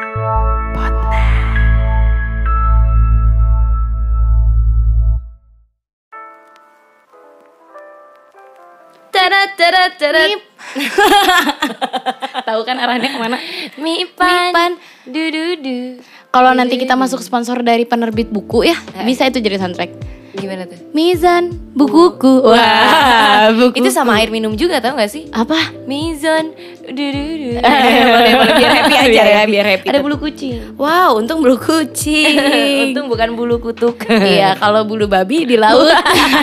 Tahu kan arahnya kemana? Mipan du. Kalau nanti kita masuk sponsor dari penerbit buku ya, bisa itu jadi soundtrack. Gimana tuh? Mizan bukuku. Wah, buku. Itu sama air minum juga, tau gak sih? Apa? Mizan du. Boleh biar happy aja ya, biar happy. Ada bulu kucing. Wow, untung bulu kucing. Untung bukan bulu kutuk. Iya, kalau bulu babi di laut.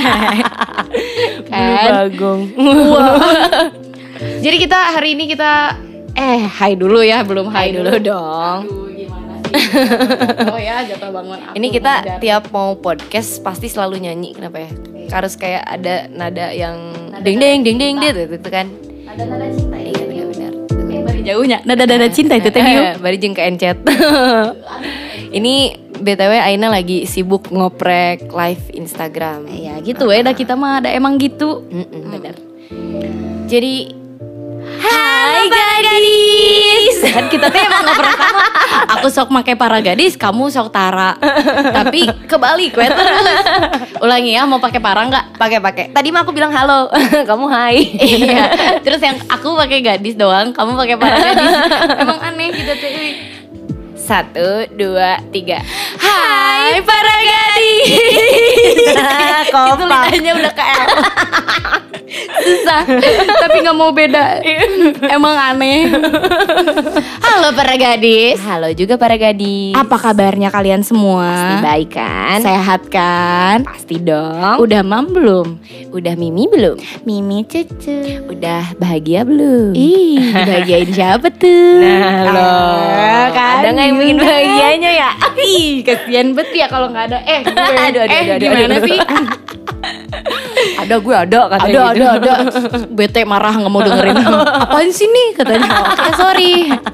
Bulu bagong. Wow. Jadi kita hari ini hai dulu ya, belum hai dulu dong. Aduh, gimana sih? Oh ya, jatuh bangun aku. Ini kita mengejar. tiap mau podcast pasti selalu nyanyi, kenapa ya? Harus kayak ada nada yang Nada ding gitu kan. ada nada cinta ya. Iya benar. Bari jauhnya, nada cinta itu teh. Bari jeung ke encet. Ini BTW Aina lagi sibuk ngoprek live Instagram. Ya gitu dah kita mah ada emang gitu. Bener. Jadi hai gadis. Kan kita tuh emang gak pernah sama. Aku sok make para gadis, kamu sok Tara. Tapi kebalik we terus. Ulangi ya, mau pakai para enggak? Pakai. Tadi mah aku bilang halo, kamu hai. Iya. Terus yang aku pakai gadis doang, kamu pakai para gadis. Emang aneh kita tuh. 1, 2, 3. Hai para gadis. Itu lidahnya udah ke L. Susah. Tapi gak mau beda. Emang aneh. Halo para gadis. Halo juga para gadis. Apa kabarnya kalian semua? Pasti baik kan? Sehat kan? Pasti dong. Udah mam belum? Udah Mimi belum? Mimi cucu. Udah bahagia belum? Ih, dibahagiain siapa tuh? Nah lo, kan? ada nggak yang bikin bahagianya ya? Ih, kasihan bet ya kalau nggak ada. Gue. Aduh, Gimana aduh. sih? Gue ada katanya gitu. Ada. Bete marah nggak mau dengerin. Apaan sih nih katanya? Oke, sorry.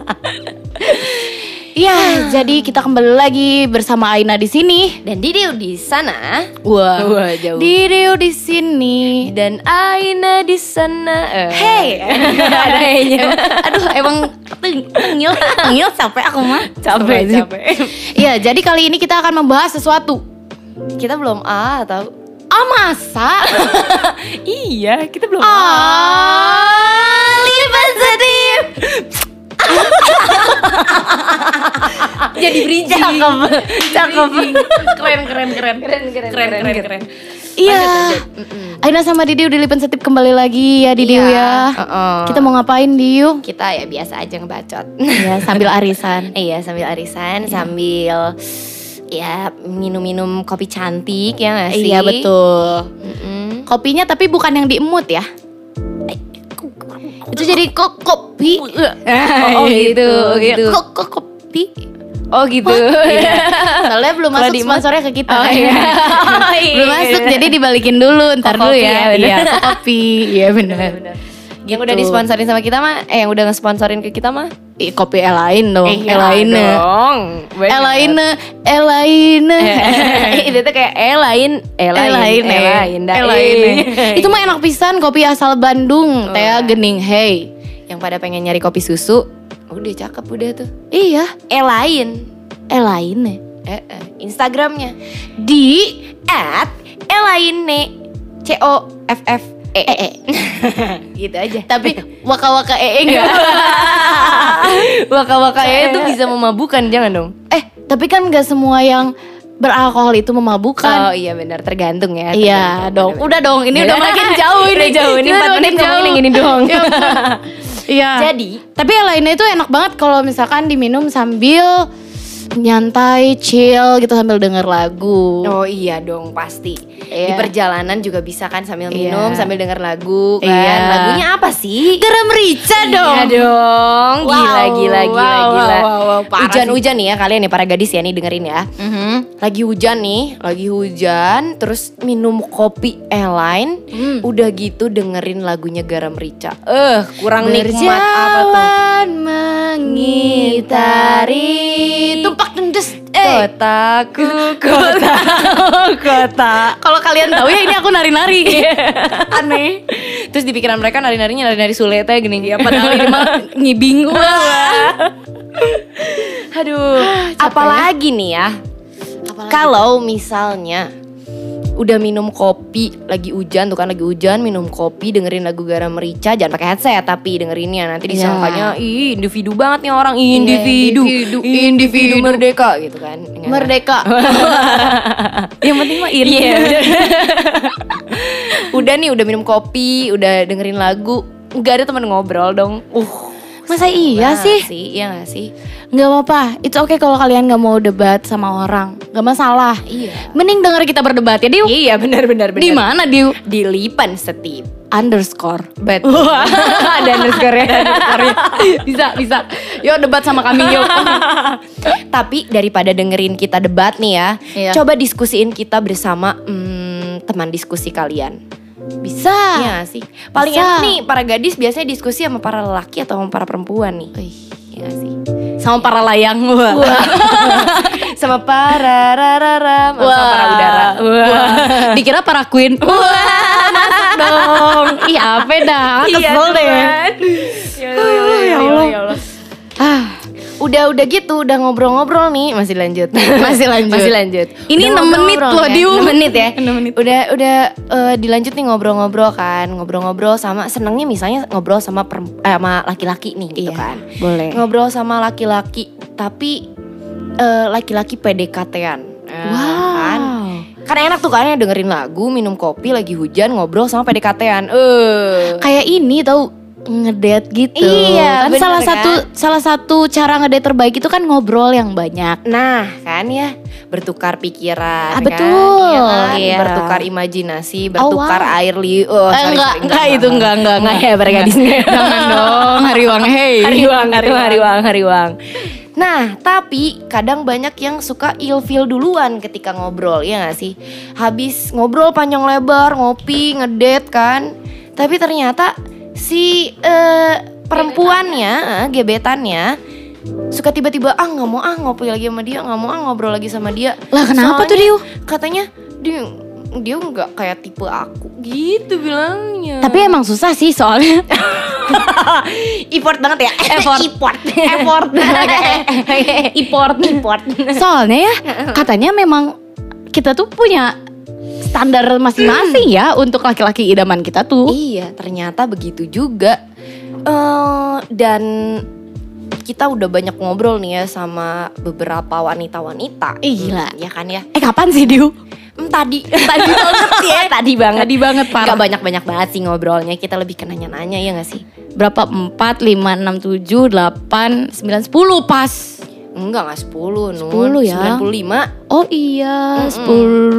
Ya, jadi kita kembali lagi bersama Aina di sini Dan Didiu di sana. Wah, jauh. Didiu di sini. Dan Aina di sana. Hey, ada kayaknya. Aduh, emang tengil capek aku mah. Capek. Iya, jadi kali ini kita akan membahas sesuatu. Kita belum tahu. Masa? Iya, kita belum Lipat sedih. Jadi bridging. Cakep. Keren. Iya. Aina sama Didiu di Lipan Setip kembali lagi ya Didiu ya. Kita mau ngapain Diu? Kita ya biasa aja ngebacot. Ya, sambil arisan. Iya, sambil arisan, sambil ya minum-minum kopi cantik ya nggak sih? Iya betul. Kopinya tapi bukan yang diemut ya. Itu jadi kopi. Oh gitu. Kopi. Oh gitu. Soalnya belum Kalau masuk di sponsornya ke kita. Oh, iya. Belum masuk jadi dibalikin dulu. Ntar dulu Kopi ya. ya, bener. Iya, kopi. Iya benar. Yang Gitu. udah disponsorin sama kita mah, yang udah ngesponsorin ke kita mah, Kopi Elaine dong. Elaine. Itu tuh kayak Elaine. Itu mah enak pisan kopi asal Bandung, teh gening hey. Yang pada pengen nyari kopi susu, udah cakep udah tuh. Iya, Elaine. Instagramnya di @elaine COFF gitu aja. tapi waka-waka enggak. Waka-waka itu bisa memabukkan, jangan dong. Tapi kan enggak semua yang beralkohol itu memabukkan. Oh iya benar, tergantung ya. Iya dong. Udah dong, ini udah makin jauh ini. Udah jauh, ini 4 menit ngomongin yang gini doang. Iya. Jadi, tapi yang lainnya itu enak banget kalau misalkan diminum sambil nyantai, chill gitu sambil denger lagu. oh iya dong pasti. Iya. Di perjalanan juga bisa kan sambil Iya. minum, sambil denger lagu kan. Iya. Lagunya apa sih? Garam rica dong. Iya dong. Gila. Wow, parah Hujan-hujan nih ya kalian nih para gadis ya nih dengerin ya. Mhm. Lagi hujan terus minum kopi Elaine, udah gitu dengerin lagunya Garam Rica. Kurang nikmat apa tuh? Berjalan mengitari tumpak tendes. Kotaku, kota. Kalau kalian tahu ya ini aku nari-nari. Aneh. Terus di pikiran mereka nari-nari Sule teh gini. Ya padahal ini mah ngibing gua. Aduh, Capek apalagi nih ya. Apalagi? Kalau misalnya udah minum kopi, lagi hujan tuh kan, lagi hujan minum kopi dengerin lagu Garam Merica, jangan pakai headset tapi dengerinnya, nanti disangkanya ih individu banget nih orang, individu merdeka gitu kan. Merdeka. Yang penting mah ini. Udah nih, udah minum kopi, udah dengerin lagu, nggak ada teman ngobrol dong. Masa iya sih? Iya gak sih? Nggak apa-apa, it's okay kalau kalian nggak mau debat sama orang, nggak masalah. Iya. Mending denger kita berdebat ya, Diu. Iya benar. Di mana, Diu? Di Lipan Setip. Underscore. Betul. Ada underscore-nya. Bisa. Yuk debat sama kami yuk. Tapi daripada dengerin kita debat nih ya, Iya. coba diskusiin kita bersama teman diskusi kalian. Bisa. Iya gak sih? Paling Bisa. enak nih para gadis biasanya diskusi sama para lelaki atau sama para perempuan nih. Iya gak sih? Sama para layang. Sama para rararam, sama para udara. Dikira para queen. Masuk dong. Ih, apa dah? Kesel deh. Ya Allah. Udah gitu, udah ngobrol-ngobrol nih, masih lanjut. Masih lanjut. Ini Udah 6 menit ngobrol-ngobrol loh, ya. Diu. 6 menit ya. 6 menit. Udah dilanjut nih ngobrol-ngobrol kan. Ngobrol-ngobrol sama, senengnya misalnya ngobrol sama sama laki-laki nih gitu Iya, kan. boleh. Ngobrol sama laki-laki, tapi laki-laki PDKT-an. Kan? Kan enak tuh kan ya dengerin lagu, minum kopi, lagi hujan, ngobrol sama PDKT-an. Kayak ini tau, ngedate gitu. Iya, kan bener salah satu cara ngedate terbaik itu kan ngobrol yang banyak. Nah kan ya, bertukar pikiran kan? Betul, Iya kan? iya. Bertukar imajinasi, bertukar wow. air liur. Enggak itu enggak ya para gadisnya. Jangan dong, Hariwang hey. Hariwang. Nah tapi kadang banyak yang suka ilfeel duluan ketika ngobrol, ya gak sih? Habis ngobrol panjang lebar, ngopi, ngedate kan, tapi ternyata si perempuannya, gebetannya suka tiba-tiba nggak mau ngopi lagi sama dia, nggak mau ngobrol lagi sama dia. Lah kenapa Soalnya tuh Diu? Katanya dia nggak kayak tipe aku gitu bilangnya. Tapi emang susah sih soalnya. Effort banget ya. Effort. Soalnya ya katanya memang kita tuh punya standar masing-masing ya untuk laki-laki idaman kita tuh. Iya, ternyata begitu juga. Dan kita udah banyak ngobrol nih ya sama beberapa wanita-wanita. Gila. Ya kan ya. Kapan sih Diu? Tadi banget ya. Tadi banget parah. Gak banyak-banyak banget sih ngobrolnya. Kita lebih ke nanya-nanya ya gak sih? Berapa? 4, 5, 6, 7, 8, 9, 10 pas. Enggak 10 Nun. 10 ya? 95. Oh iya, 10.038.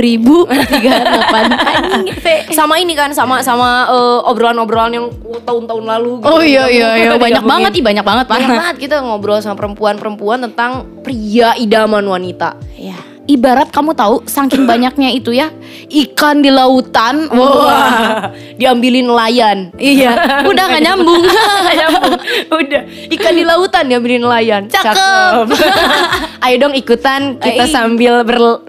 Sama ini kan, sama obrolan-obrolan yang tahun-tahun lalu gitu. Oh iya banyak banget Banyak banget kita ngobrol sama perempuan-perempuan tentang pria idaman wanita. Ya, ibarat kamu tahu saking banyaknya itu ya, ikan di lautan. Wah, diambilin nelayan. Iya, udah nggak nyambung. Udah, ikan di lautan diambilin nelayan. Cakep. Ayo dong ikutan kita sambil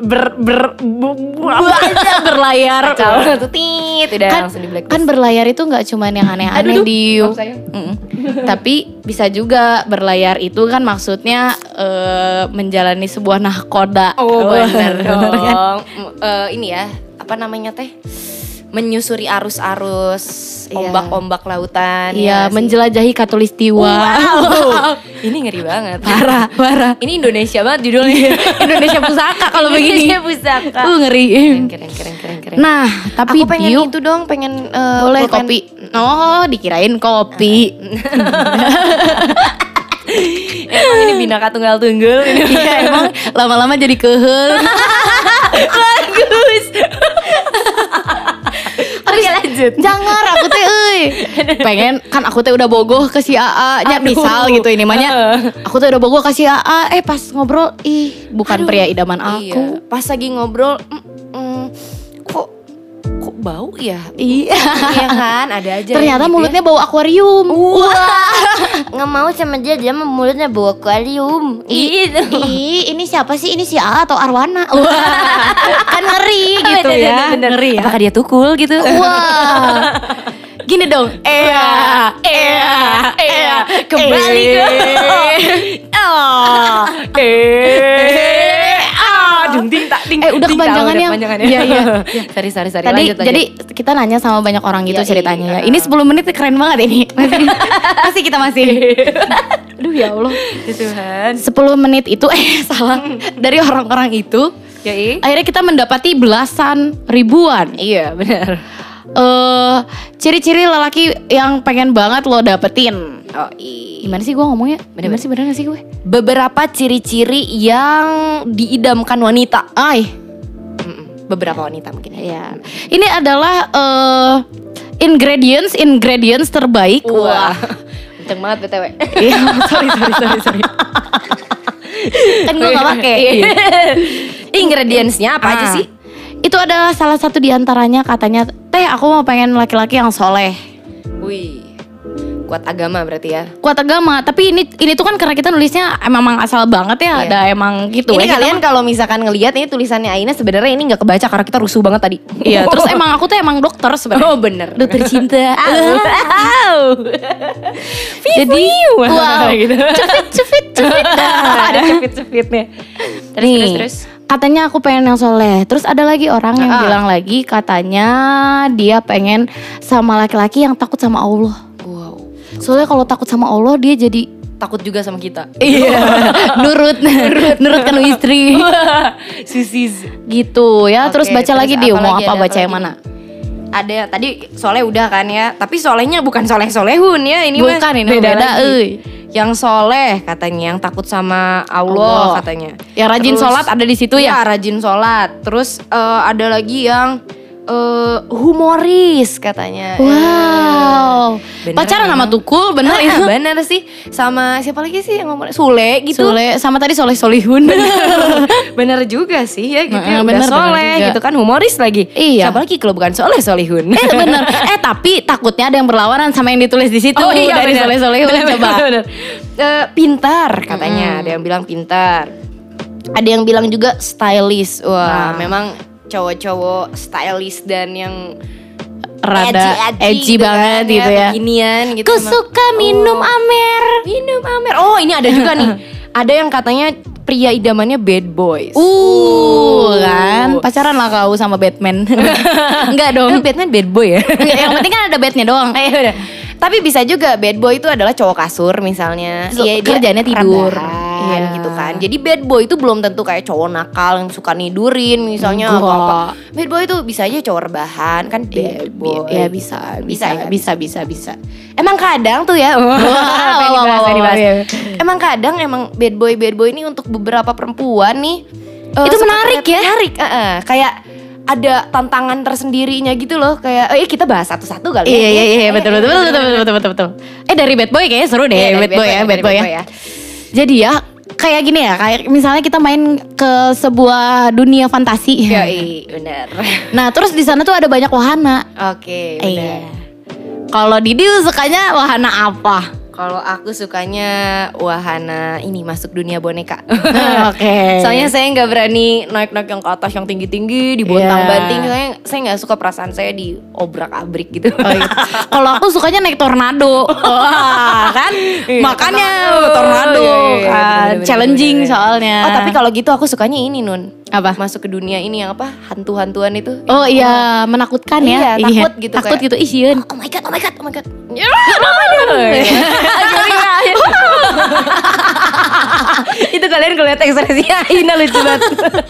berlayar. Tuh tit, udah Kan, langsung di blacklist. kan berlayar itu nggak cuman yang aneh-aneh Aduh, Diu. maaf saya. Tapi bisa juga berlayar itu kan maksudnya menjalani sebuah nahkoda. Oh benar dong. kan? Ini ya, apa namanya teh? Menyusuri arus-arus Iya. ombak-ombak lautan. Iya, ya sih? menjelajahi katulistiwa. Wow. Ini ngeri banget. Parah. Ini Indonesia banget judulnya. Indonesia pusaka kalau begini. Indonesia pusaka. Ngeri. Keren. Nah, tapi aku pengen Diu, itu dong, pengen boleh pulpen. kopi. Oh, dikirain kopi. Emang ini binaka tunggal tunggul. Iya, emang lama-lama jadi kehel. Bagus. Oke lanjut. Jangan aku teh pengen kan aku teh udah bogoh ke si AA nya Aduh. misal gitu ini mahnya. Aku teh udah bogoh ke si AA pas ngobrol bukan pria idaman aku. Iya, pas lagi ngobrol kok bau ya? Iya. Iya kan, ada aja. Ternyata yang gitu mulutnya bau akuarium. nggak mau sama dia mulutnya bau akuarium. Gitu. Ini siapa sih? Ini si AA atau Arwana? Kan ngeri gitu Bener, ya. bener. Ngeri ya. Apakah dia tukul gitu? Wah. Gini dong. Kembali ke dung ting tak ting. Udah kepanjangannya. Iya. Sorry. Tadi lanjut. jadi kita nanya sama banyak orang gitu Iya, ceritanya ya. iya. Ini 10 menit keren banget ini. Masih kita masih. Aduh ya Allah. Tuhan. 10 menit itu salah. Dari orang-orang itu Yoi. akhirnya kita mendapati belasan ribuan. Iya, benar. Ciri-ciri lelaki yang pengen banget lo dapetin. Oh, iya. Gimana sih gue ngomongnya? Bener-bener. Gimana sih bener gak sih gue? Beberapa ciri-ciri yang diidamkan wanita. Beberapa wanita mungkin ya. Ya. Ini adalah ingredients terbaik. Wah. Kenceng banget BTW. Iya, sorry. Kan gue gak pake. Ingredientsnya apa aja sih? Itu adalah salah satu diantaranya katanya, teh aku mau pengen laki-laki yang soleh. Wih. Kuat agama berarti ya. Kuat agama, tapi ini tuh kan karena kita nulisnya emang asal banget ya, Iya. ada emang gitu. Ini ya, kalian kalau misalkan ngelihat ini tulisannya Aina sebenarnya ini nggak kebaca karena kita rusuh banget tadi. Iya, terus emang aku tuh emang dokter sebenarnya. Oh bener. Dokter cinta. Jadi wow. Gitu. Cupit. Ada cepit-cepitnya. Terus. Katanya aku pengen yang soleh. Terus ada lagi orang yang bilang lagi katanya dia pengen sama laki-laki yang takut sama Allah. Wow. Soalnya kalau takut sama Allah dia jadi Takut juga sama kita. iya nurut kan istri. Susis. Gitu ya. Terus Oke, baca terus lagi dia apa mau lagi, apa ada baca apa yang lagi? mana? Ada tadi soleh udah kan ya. Tapi solehnya bukan soleh-solehun ya. Ini mah Bukan, ini beda beda, lagi. Yang soleh katanya yang takut sama Allah katanya. Yang rajin Terus, sholat ada di situ ya. Iya, rajin sholat. Terus ada lagi yang humoris katanya. Wow. Bener Pacaran sama memang. Tukul bener itu. Bener sih. Sama siapa lagi sih yang ngomong Sule gitu. Sule sama tadi soleh-solihun. Bener juga sih ya gitu. Nah, Udah bener soleh juga. gitu kan humoris lagi. Iya. Siapa lagi kalau bukan soleh-solihun. Bener. Tapi takutnya ada yang berlawanan sama yang ditulis di situ. Dari bener. soleh-solihun Bener, coba. bener. Pintar katanya. Ada yang bilang pintar. Ada yang bilang juga stylish. Wah, memang cowok-cowok stylish dan yang Rada edgy gitu banget kan, gitu ya. Beginian gitu. Ku emang. suka minum amer. Minum amer. Oh, ini ada juga nih. Ada yang katanya pria idamannya bad boys. Kan pacaran lah kau sama Batman. Enggak dong. Batman bad boy ya. Yang penting kan ada bednya doang. Ayo udah. Tapi bisa juga bad boy itu adalah cowok kasur misalnya. Iya, dia kerjanya tidur. rebahan Iya. gitu kan. Jadi bad boy itu belum tentu kayak cowok nakal yang suka nidurin misalnya atau Enggak. apa. Bad boy itu bisa aja cowok rebahan kan bad boy. Iya bisa. Emang kadang tuh ya. Emang kadang bad boy ini untuk beberapa perempuan nih Itu menarik ya. Menarik, kayak ada tantangan tersendirinya gitu loh. Kayak kita bahas satu-satu kali ya. Iya betul. Dari bad boy kayaknya seru deh. Iya, dari bad boy ya. Jadi ya kayak gini ya, kayak misalnya kita main ke sebuah dunia fantasi. Yoi, benar. Nah, terus di sana tuh ada banyak wahana. Oke, Iya. benar. Kalau Didi sukanya wahana apa? Kalau aku sukanya wahana ini masuk dunia boneka. Oke. Soalnya saya nggak berani naik-naik yang ke atas yang tinggi-tinggi, dibontang-banting. Saya nggak suka perasaan saya diobrak-abrik gitu. Oh, iya. Kalau aku sukanya naik tornado. Wah, kan? Iya, Makanya tornado. tornado Iya, kan bener-bener. challenging soalnya. Oh, tapi kalau gitu aku sukanya ini Nun. Apa? Masuk ke dunia ini yang apa? Hantu-hantuan itu. Oh iya, menakutkan ya. Iya, takut gitu Takut kayak, gitu, isian. Oh my god. Itu kalian kalau lihat ekspresinya Ina lucu banget.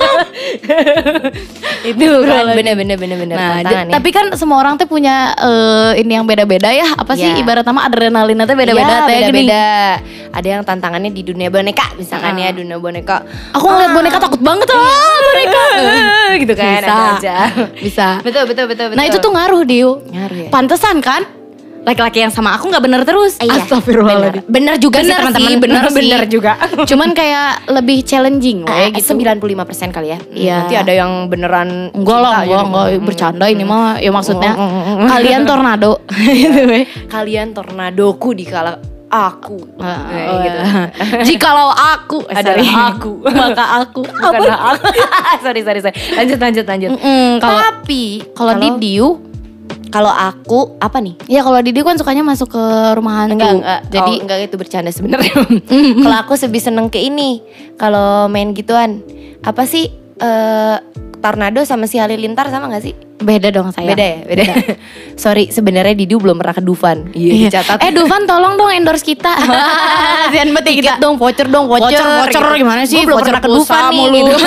Itu kan bener. Nah, tantangan ya. tapi kan semua orang tuh punya ini yang beda-beda ya. Apa sih Iya. ibarat nama adrenalinnya tuh beda-beda Iya, teh gini. beda-beda. Ada yang tantangannya di dunia boneka misalkan ya, dunia boneka. Aku ngeliat boneka takut banget boneka. Gitu kan Bisa. ada aja. Bisa. Betul. Nah, itu tuh ngaruh, Dio. Ngaruh ya? Pantesan kan? Laki-laki yang sama aku nggak bener terus. Iya. Astagfirullahaladzim. Bener juga sih Bener teman-teman. sih, bener sih. Bener juga. Cuman kayak lebih challenging gitu. 95% kali ya. Iya. Nanti ada yang beneran Enggak lah, cinta enggak gitu. bercanda ini mah. Ya maksudnya kalian tornado gitu weh. Kalian tornadoku di kala aku. Gitu. Jikalau aku Sorry. aku maka aku Bukan aku. sorry. Lanjut. kalau Tapi kalau di Diu Kalau aku apa nih? Ya kalau Didi kan sukanya masuk ke rumah hantu. Enggak. Jadi Enggak itu bercanda sebenarnya. Kalau aku lebih seneng ke ini. Kalau main gituan, apa sih? Tornado sama si Halilintar sama gak sih? beda dong saya. Beda ya? Beda. Sorry, sebenarnya Didu belum pernah ke Dufan. Iya. Dicatat. Dufan tolong dong endorse kita. Kasihan banget kita. dong, voucher dong, Voucher gitu. gimana sih? Gua belum Voucher pernah ke Dufan nih mulu. gitu.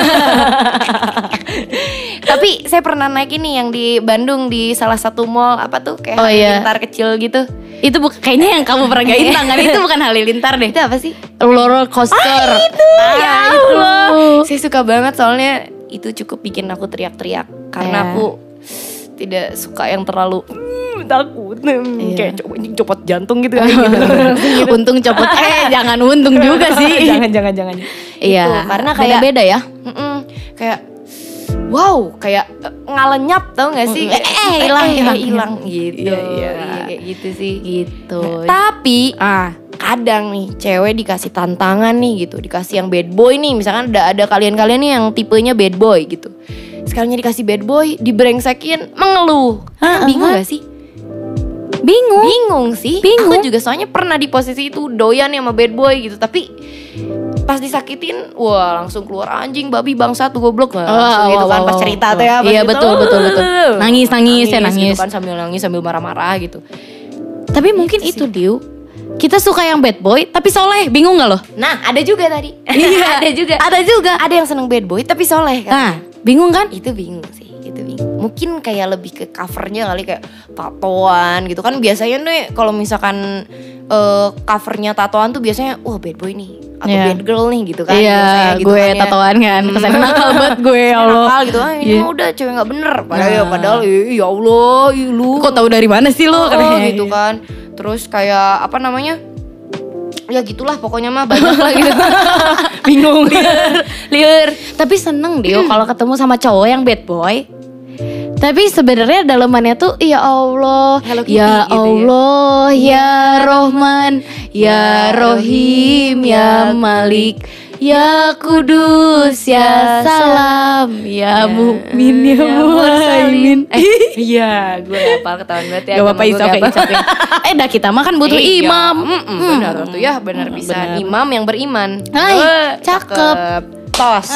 Tapi saya pernah naik ini yang di Bandung di salah satu mall apa tuh kayak Halilintar kecil gitu. Itu kayaknya yang kamu pernah gaintang kan? Itu bukan Halilintar deh. Itu apa sih? Roller coaster. Ya Allah. Saya suka banget soalnya itu cukup bikin aku teriak-teriak karena aku tidak suka yang terlalu takut kayak copot jantung gitu kan. Untung copot jangan untung juga sih. jangan. Iya, itu, karena kayak beda ya. Kayak wow, kayak ngalenyap tau gak sih? Hilang gitu. Iya, kayak gitu sih. Gitu. Tapi kadang nih cewek dikasih tantangan nih gitu, dikasih yang bad boy nih, misalkan ada kalian-kalian nih yang tipenya bad boy gitu. Sekalinya dikasih bad boy, dibrengsekin, mengeluh. Bingung gak sih? Bingung sih. Aku juga soalnya pernah di posisi itu, doyan sama bad boy gitu, tapi pas disakitin, wah langsung keluar anjing, babi, bangsat, goblok gitu kan pas cerita tuh ya. Iya gitu. betul. Nangis gitu kan, sambil nangis sambil marah-marah gitu. Tapi mungkin itu Diu, kita suka yang bad boy tapi soleh, bingung gak lo? Nah ada juga tadi. Iya ada juga. Ada yang seneng bad boy tapi soleh kan. Nah bingung kan? Itu bingung sih. Mungkin kayak lebih ke covernya kali, kayak tatoan gitu kan. Biasanya nih kalau misalkan covernya tatoan tuh biasanya wah bad boy nih atau bad girl nih gitu kan. Iya gitu gue kan, tatoan kan. Kesannya nakal banget gue ya Allah. Nakal gitu ini mah udah cewek gak bener. Padahal ya Allah lu kok tahu dari mana sih lo? Gitu kan. Terus kayak apa namanya, ya gitulah pokoknya mah banyak lah gitu. Bingung liar. Tapi seneng Dio kalau ketemu sama cowok yang bad boy. Tapi sebenarnya dalamannya tuh ya Allah, ya Allah, ya Rohman, ya Rohim, ya Malik, ya Kudus, ya Salam, ya Mukmin, ya Muhaimin. Iya, gue hafal ketahuan banget ya. Gak apa-apa isok. Dah kita mah kan butuh imam. Benar tuh ya, benar bisa imam yang beriman. Cakep. Tos.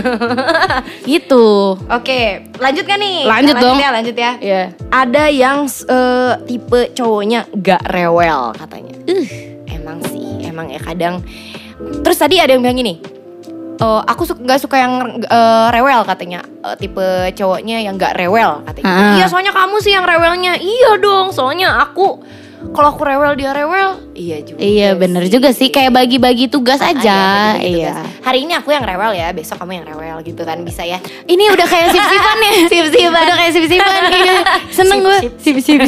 Gitu. Oke, lanjut kan nih? Lanjut dong. Lanjut ya. Iya. Ada yang tipe cowoknya gak rewel katanya. Emang sih, emang ya kadang. Terus tadi ada yang bilang gini, aku gak suka yang rewel katanya. Tipe cowoknya yang gak rewel katanya. Iya soalnya kamu sih yang rewelnya. Iya dong, soalnya kalau aku rewel dia rewel. Iya juga. Iya bener juga sih, kayak bagi-bagi tugas aja. Iya. Hari ini aku yang rewel ya, besok kamu yang rewel gitu kan, bisa ya. Ini udah kayak sip-sipan ya. Sip-sipan. Udah kayak sip-sipan. Seneng gue. Sip.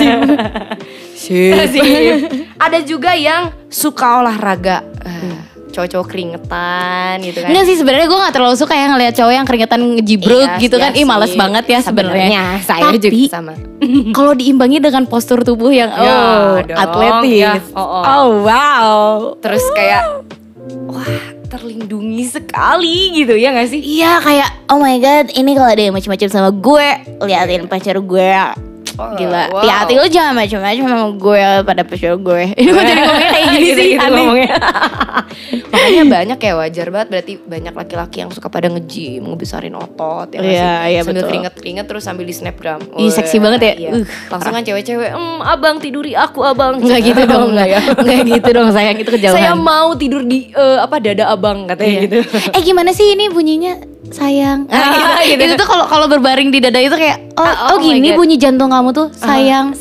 Ada juga yang suka olahraga. Cowok-cowok keringetan gitu kan. Enggak sih, sebenarnya gue gak terlalu suka yang ngeliat cowok yang keringetan ngejibruk gitu kan. Males banget ya sebenarnya. Saya juga sama. Kalau diimbangi dengan postur tubuh yang atletis. Wow. Terus kayak wah terlindungi sekali gitu ya gak sih? Iya kayak oh my god, ini kalau ada yang macam-macam sama gue, liatin pacar gue. Gila, hati lu jangan macam-macam sama gue pada pacar gue. Ini kok jadi ngomongnya kayak gini sih ngomongnya. Makanya banyak ya, wajar banget berarti banyak laki-laki yang suka pada nge-gym, ngebesarin otot ya Iya, sambil betul. keringet-keringet terus sambil di snapgram. Ih seksi banget ya. Iya. Langsung kan cewek-cewek, abang tiduri aku abang. Enggak gitu dong, enggak gitu dong sayang, itu kejauhan. Saya mau tidur di dada abang katanya gitu. Gimana sih ini bunyinya sayang? Gitu. Itu tuh kalau berbaring di dada itu kayak oh gini bunyi jantung kamu tuh sayang.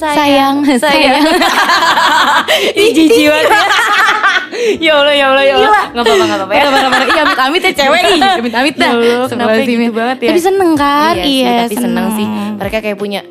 Ih jijik banget. Ya Allah. Enggak apa-apa ya. Iya amit-amit ya cewek nih. Amit-amit dah. Kenapa gitu banget ya? Tapi seneng kan? Iya, tapi seneng sih. Mereka kayak punya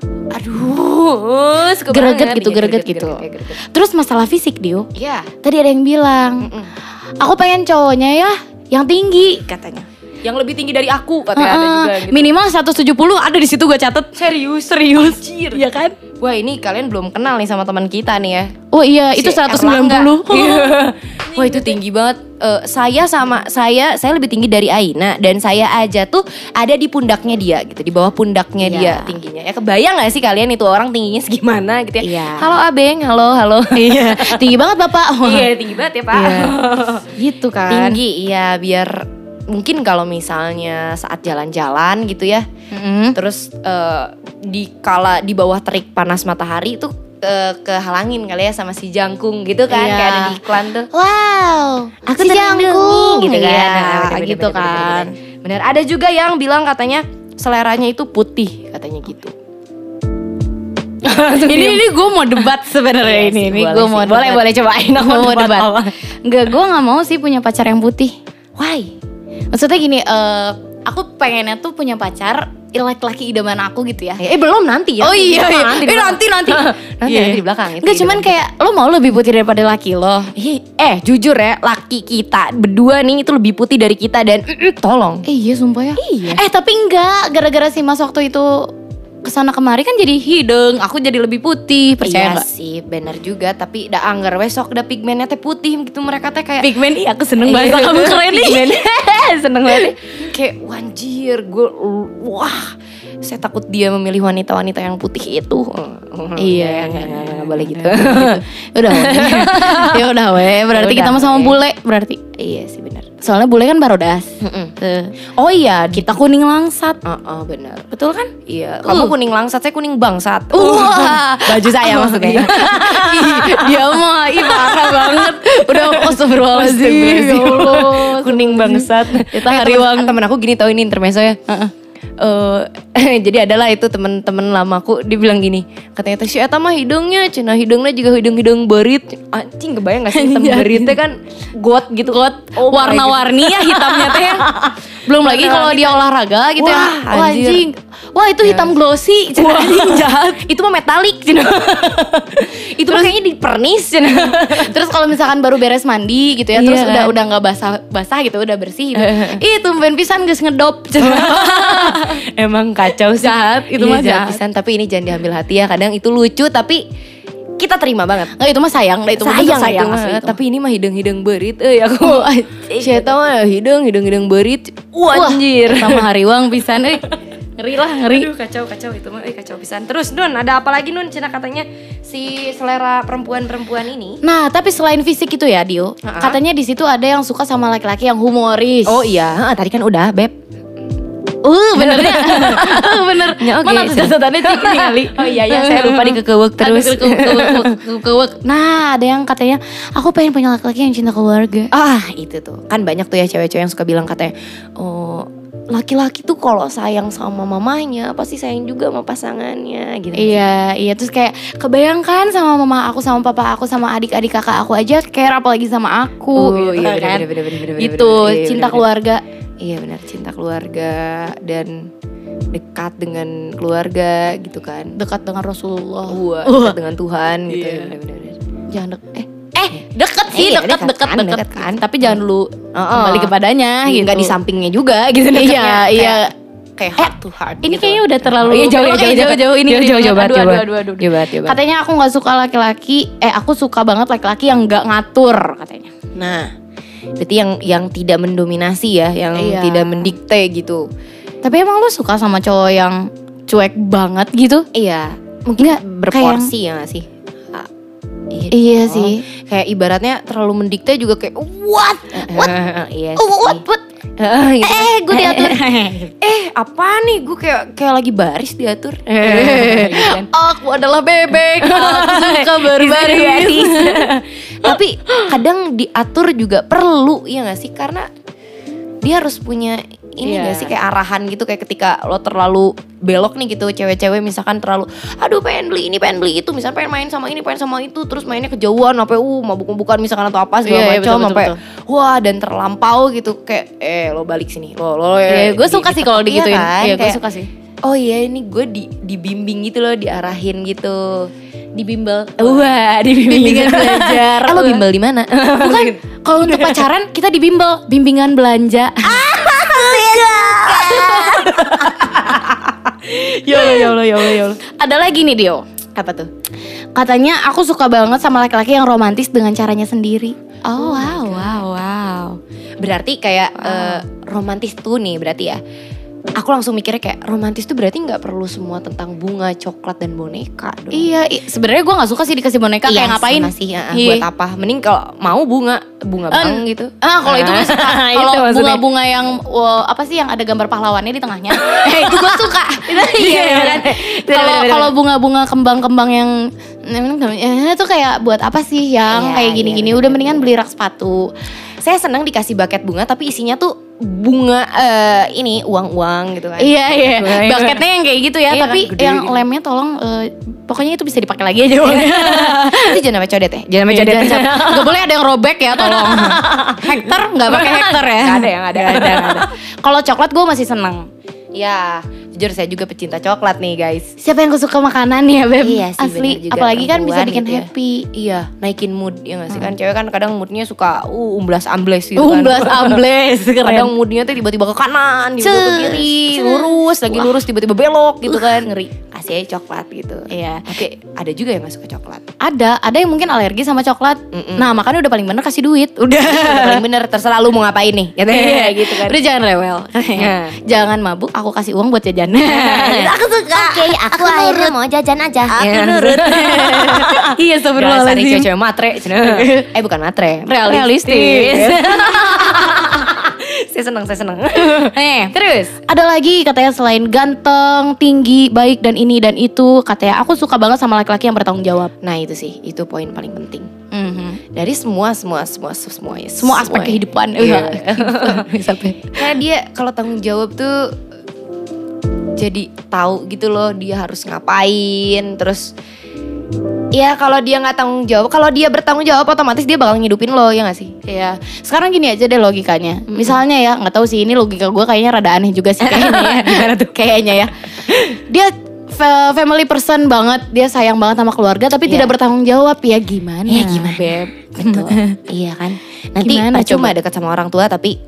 suka greget banget. gitu. Terus masalah fisik Dio. Iya. Tadi ada yang bilang, aku pengen cowoknya ya yang tinggi katanya. Yang lebih tinggi dari aku katanya ada juga gitu. Minimal 170 ada di situ gue catet. Serius. Anjir. Iya kan? Wah ini kalian belum kenal nih sama teman kita nih ya. Oh iya, itu Si 190. Iya. Wah itu tinggi banget. Saya lebih tinggi dari Aina dan saya aja tuh ada di pundaknya dia gitu, di bawah pundaknya Iya. dia tingginya. Ya kebayang gak sih kalian itu orang tingginya segimana gitu ya? Iya. Halo Abeng, halo. Iya, tinggi banget Bapak. Iya tinggi banget ya Pak. Iya. Gitu kan. Tinggi, iya biar mungkin kalau misalnya saat jalan-jalan gitu ya. Terus di bawah terik panas matahari itu kehalangin kali ya sama si jangkung gitu kan, Iya. kayak ada di iklan tuh. Wow, Aku si terlindungi jangkung gitu kan. Iya, Nah, bener, gitu kan. Bener. Ada juga yang bilang katanya seleranya itu putih katanya gitu. Ini gue mau debat sebenarnya Iya sih, ini boleh gue sih. mau Boleh cobain aku mau debat. apa. Enggak, gue nggak mau sih punya pacar yang putih. Why? Maksudnya gini, aku pengennya tuh punya pacar laki-laki idaman aku gitu ya. Belum nanti ya. Oh iya, iya. Nanti Nanti. Nanti di belakang itu. Enggak, cuman kayak lo mau lebih putih daripada laki lo. Jujur ya, laki kita berdua nih itu lebih putih dari kita dan tolong. Iya sumpah ya. Iya. Tapi enggak, gara-gara si Mas waktu itu kesana kemari kan jadi hidung, aku jadi lebih putih, percaya Iya nggak? sih, bener juga. Tapi dah anggar besok udah pigmennya teh putih gitu, mereka teh kayak Pigmen, iya aku seneng Iya, banget kamu keren nih. pigmen. Seneng banget. Kayak wanjir, wah. Saya takut dia memilih wanita-wanita yang putih itu. Iya, nggak boleh gitu. Udah weh. Ya udah weh, berarti Ya kita udah, sama weh. bule berarti. Iya sih benar. Soalnya bule kan barodas. Tuh. Oh iya, Kita kuning langsat. benar. Betul kan? Iya, kamu kuning langsat, saya kuning bangsat. Wah, baju saya maksudnya. Dia mah parah banget. Udah astagfirullahaladzim. Ya Allah. Kuning bangsat. Kita hariwang. Temen aku gini tahu ini intermezzo ya. Jadi adalah itu temen-temen lamaku, dia bilang gini, katanya si eta mah hidungnya juga hidung berit. Anjing kebayang gak sih hitam beritnya kan got gitu. Oh, warna-warni ya hitamnya teh. Belum lagi kalau dia olahraga gitu ya. Wah, anjir. Wah itu hitam glossy. Anjing jahat. Itu mah metalik. Itu mah kayaknya dipernis. Terus kalau misalkan baru beres mandi gitu ya, terus Iya. udah nggak basah gitu, udah bersih gitu. Ih tumben pisan geus ngedop. Emang kacau sih. Jahat, itu Iya, mah jahat. pisan. Tapi ini jangan diambil hati ya. Kadang itu lucu tapi kita terima banget. Nggak, itu mah sayang, itu mah sayang itu mah. asli itu. Tapi ini mah hidung berit. Aku saya tahu mah hidung berit. Wah, Anjir. sama hariwang pisan ngeri lah, ngeri. Aduh kacau itu mah kacau pisan. Terus Nun, ada apa lagi Nun? Cina katanya si selera perempuan ini. Nah, tapi selain fisik itu ya, Dio, katanya di situ ada yang suka sama laki-laki yang humoris. Oh iya, tadi kan udah Beb. Benernya. Bener. Ya, oke. Mana tuh catatannya Cik ini kali. Oh iya, saya lupa dikekewek terus. Kewek. Nah, ada yang katanya, aku pengen punya laki-laki yang cinta keluarga. Itu tuh. Kan banyak tuh ya cewek-cewek yang suka bilang katanya, oh laki-laki tuh kalau sayang sama mamanya pasti sayang juga sama pasangannya gitu. Iya, terus kayak kebayangkan sama mama aku, sama papa aku, sama adik-adik kakak aku aja care apalagi sama aku gitu iya, kan. bener, Itu iya, cinta bener. keluarga. Iya benar, cinta keluarga dan dekat dengan keluarga gitu kan. Dekat dengan Rasulullah. Dekat dengan Tuhan gitu. Iya. Bener-bener. Jangan deket sih, Iya, deket deket kan. Tapi jangan dulu kembali kepadanya gitu. Nggak di sampingnya juga gitu. Iya. Kayak heart to heart. Ini gitu. kayaknya udah terlalu jauh ini. Jauh banget. Aduh. Katanya aku nggak suka laki-laki. Aku suka banget laki-laki yang nggak ngatur katanya. Nah, berarti yang tidak mendominasi ya, yang Iya. tidak mendikte gitu. Tapi emang lu suka sama cowok yang cuek banget gitu? Iya, mungkin Nggak, berporsi ya nggak sih? Iya sih. Kayak ibaratnya terlalu mendikte juga kayak what? Iya sih. What? Gitu. Gue diatur. Apa nih? Gue kayak lagi baris diatur. Gitu kan. Aku adalah bebek. Aku suka berbaris. Tapi kadang diatur juga perlu, ya nggak sih? Karena dia harus punya ini Iya. gak sih kayak arahan gitu, kayak ketika lo terlalu belok nih gitu, cewek-cewek misalkan terlalu aduh pengen beli ini pengen beli itu, misalnya pengen main sama ini pengen sama itu, terus mainnya kejauhan sampai mabuk-mabukan misalkan atau apa segala Iya, macam betul, sampai betul. wah dan terlampau gitu kayak lo balik sini lo Gue suka sih kalau digituin. Iya, gue kayak, suka sih. oh iya ini gue dibimbing gitu loh, diarahin gitu, Dibimbel. wah Bimbingan belajar. lo bimbel di mana? Bukan, kalau untuk pacaran kita dibimbel, bimbingan belanja. Ya Allah. Ada lagi nih Dio. Apa tuh? Katanya aku suka banget sama laki-laki yang romantis dengan caranya sendiri. Oh, wow. Berarti kayak romantis tuh nih berarti ya. Aku langsung mikirnya kayak romantis tuh berarti nggak perlu semua tentang bunga, coklat dan boneka dong. Iya, sebenarnya gue nggak suka sih dikasih boneka, kayak ngapain? Sih, buat apa? Mending kalau mau bunga bang gitu. Kalau itu gue suka. Kalau Itu maksudnya. bunga-bunga yang apa sih yang ada gambar pahlawannya di tengahnya? Itu gue suka. Iya kan. Kalau bunga-bunga kembang-kembang yang itu kayak buat apa sih yang kayak gini-gini? Udah mendingan beli rak sepatu. Saya senang dikasih bucket bunga tapi isinya tuh bunga ini uang-uang gitu kan. Iya. Bucketnya yang kayak gitu ya, iya, tapi kan, yang gitu. lemnya tolong pokoknya itu bisa dipakai lagi aja uangnya. Itu jangan sampai codet ya. Jangan sampai codet. Gak boleh ada yang robek ya, tolong. Hektar nggak pakai hektar ya. Gak ada yang ada. Kalau coklat gue masih seneng. Ya, jujur saya juga pecinta coklat nih guys. Siapa yang suka makanan ya Beb? Iya sih, asli. bener juga, Apalagi kan bisa perempuan bikin gitu ya. happy. Iya, naikin mood ya gak sih kan. Cewek kan kadang moodnya suka umblas-ambles gitu kan. Umblas-ambles, keren. Kadang moodnya tuh tiba-tiba ke kanan, tiba-tiba ke kiri, lurus, lagi lurus tiba-tiba belok gitu kan. Ngeri. Kasih aja coklat gitu. Iya. Oke, ada juga yang gak suka coklat. Ada yang mungkin alergi sama coklat. Nah makanya udah paling bener kasih duit. Udah. Udah paling bener, terserah lu mau ngapain nih. Gitu kan. Udah jangan rewel. Jangan mabuk, aku kasih uang buat jajan. Aku suka. Oke, aku akhirnya mau jajan aja. Aku nurut. Iya Dasar astagfirullahaladzim. cewek matre. Bukan matre. Realistis. Saya seneng. Terus ada lagi katanya selain ganteng, tinggi, baik dan ini dan itu, katanya aku suka banget sama laki-laki yang bertanggung jawab. Nah itu sih, itu poin paling penting. Dari semua Aspek kehidupan. Iya. Kayak dia kalau tanggung jawab tuh jadi tahu gitu loh dia harus ngapain. Terus ya kalau dia nggak tanggung jawab, kalau dia bertanggung jawab otomatis dia bakal ngidupin lo, ya nggak sih? Iya. Sekarang gini aja deh logikanya. Misalnya ya, nggak tahu sih ini logika gue kayaknya rada aneh juga sih kayaknya ya. Gimana tuh? Kayaknya ya. Dia family person banget, dia sayang banget sama keluarga tapi tidak bertanggung jawab. Ya gimana? Ya gimana, Beb? Betul. Iya kan. Nanti Gimana cuma dekat sama orang tua tapi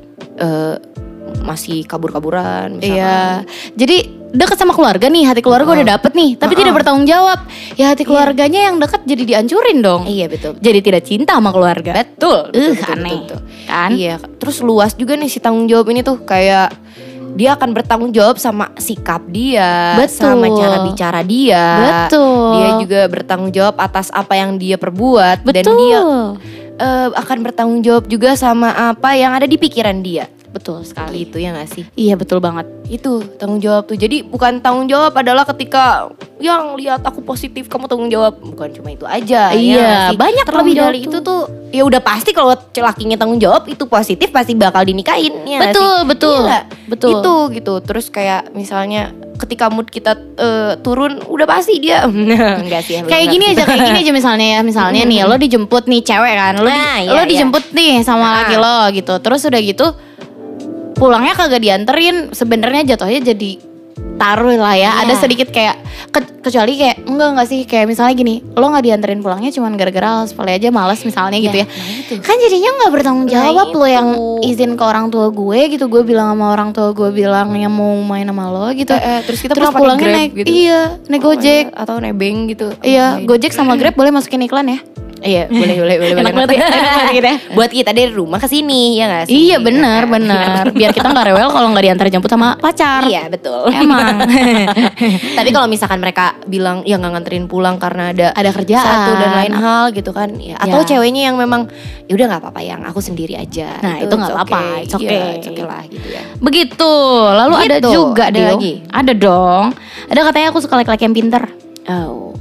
masih kabur-kaburan misalkan. Iya. Jadi dekat sama keluarga nih, hati keluarga udah dapet nih, tapi tidak bertanggung jawab. Ya hati keluarganya yang dekat jadi dihancurin dong. Iya betul. Jadi tidak cinta sama keluarga. Betul. Aneh. Betul. Kan? Iya. Terus luas juga nih si tanggung jawab ini tuh, kayak dia akan bertanggung jawab sama sikap dia, Betul. sama cara bicara dia. Betul. Dia juga bertanggung jawab atas apa yang dia perbuat. Betul. Dan dia akan bertanggung jawab juga sama apa yang ada di pikiran dia. Betul sekali. Itu ya gak sih? Iya betul banget. Itu tanggung jawab tuh. Jadi bukan tanggung jawab adalah ketika yang lihat aku positif kamu tanggung jawab. Bukan cuma itu aja. Iya, ya, banyak terlebih tanggung dari jawab itu tuh. Ya udah pasti kalau lakinya tanggung jawab itu positif pasti bakal dinikahin ya. Betul, betul. Iya, Betul. Itu gitu. Terus kayak misalnya ketika mood kita turun udah pasti dia enggak sih ya, Kayak gini aja misalnya nih lo dijemput nih cewek kan. Lo dijemput nih sama laki lo gitu. Terus udah gitu pulangnya kagak dianterin, sebenarnya jatuhnya jadi taruh lah ya. Ada sedikit kayak kecuali kayak enggak sih, kayak misalnya gini, lo nggak dianterin pulangnya cuman gara-gara sepele aja malas misalnya gitu ya. Kan jadinya nggak bertanggung jawab lo yang izin ke orang tua gue gitu, gue bilang sama orang tua gue bilang yang mau main sama lo gitu. Terus kita pulangnya Grab naik gitu. Iya, naik Gojek atau nebeng gitu. Iya, Gojek sama Grab boleh masukin iklan ya. Iya, boleh. Enak banget ya. Gitu ya. Buat kita dari rumah ke sini, ya nggak sih? Iya benar. Biar kita nggak rewel kalau nggak diantar jemput sama pacar. Iya betul. Emang. Tapi kalau misalkan mereka bilang ya nggak nganterin pulang karena ada kerjaan satu dan lain hal gitu kan, ya. Atau ceweknya yang memang ya udah nggak apa-apa, yang aku sendiri aja. Nah itu nggak apa-apa, it's okay. It's okay lah gitu ya. Begitu. Lalu ada juga ada lagi. Ada dong. Ada katanya aku suka laki-laki yang pinter. Oh.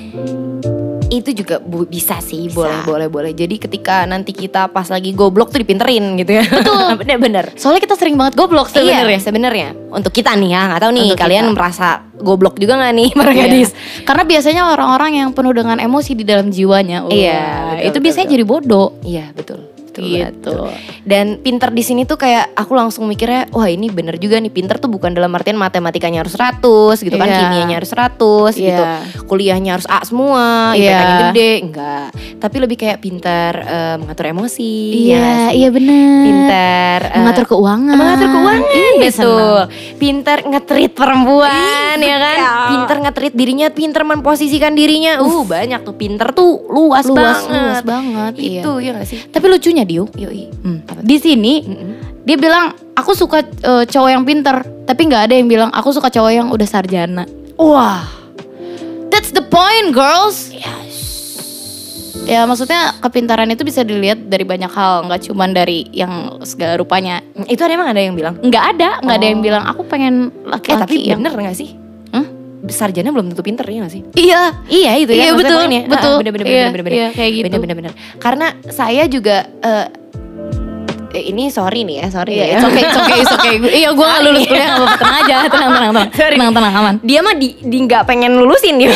Itu juga bisa sih, boleh. Jadi ketika nanti kita pas lagi goblok tuh dipinterin gitu ya. Betul. Bener. Soalnya kita sering banget goblok sebenarnya. Iya, sebenarnya. Untuk kita nih ya, nggak tahu nih Untuk kalian kita. merasa goblok juga nggak nih para Iya. gadis? Karena biasanya orang-orang yang penuh dengan emosi di dalam jiwanya. Iya, betul, itu biasanya jadi bodoh. Iya betul. Gitu. Dan pinter di sini tuh kayak aku langsung mikirnya, wah ini bener juga nih, pinter tuh bukan dalam artian matematikanya harus 100 gitu kan, kimianya harus 100 gitu, kuliahnya harus A semua, IPK-nya gede, enggak. Tapi lebih kayak pinter mengatur emosi. Iya bener. Pinter mengatur keuangan. Betul. Pinter nge-treat perempuan ya kan. Pinter nge-treat dirinya, pinter memposisikan dirinya. Banyak tuh, pinter tuh luas banget. Itu ya gak sih? Tapi lucunya Dio, di sini dia bilang aku suka cowok yang pinter, tapi nggak ada yang bilang aku suka cowok yang udah sarjana. Wah, that's the point, girls. Ya maksudnya kepintaran itu bisa dilihat dari banyak hal, nggak cuma dari yang segala rupanya. Itu emang ada yang bilang? Nggak ada yang bilang aku pengen laki-laki tapi yang bener nggak sih? Sarjana belum tentu pinter ya gak sih? Iya itu ya. Iya betul. Bener. Iya kayak gitu. Bener. Karena saya juga ini sorry nih ya, It's okay. Iya gue gak lulus kuliah gak apa-apa, tenang aja, tenang aman. Dia mah di gak pengen lulusin dia.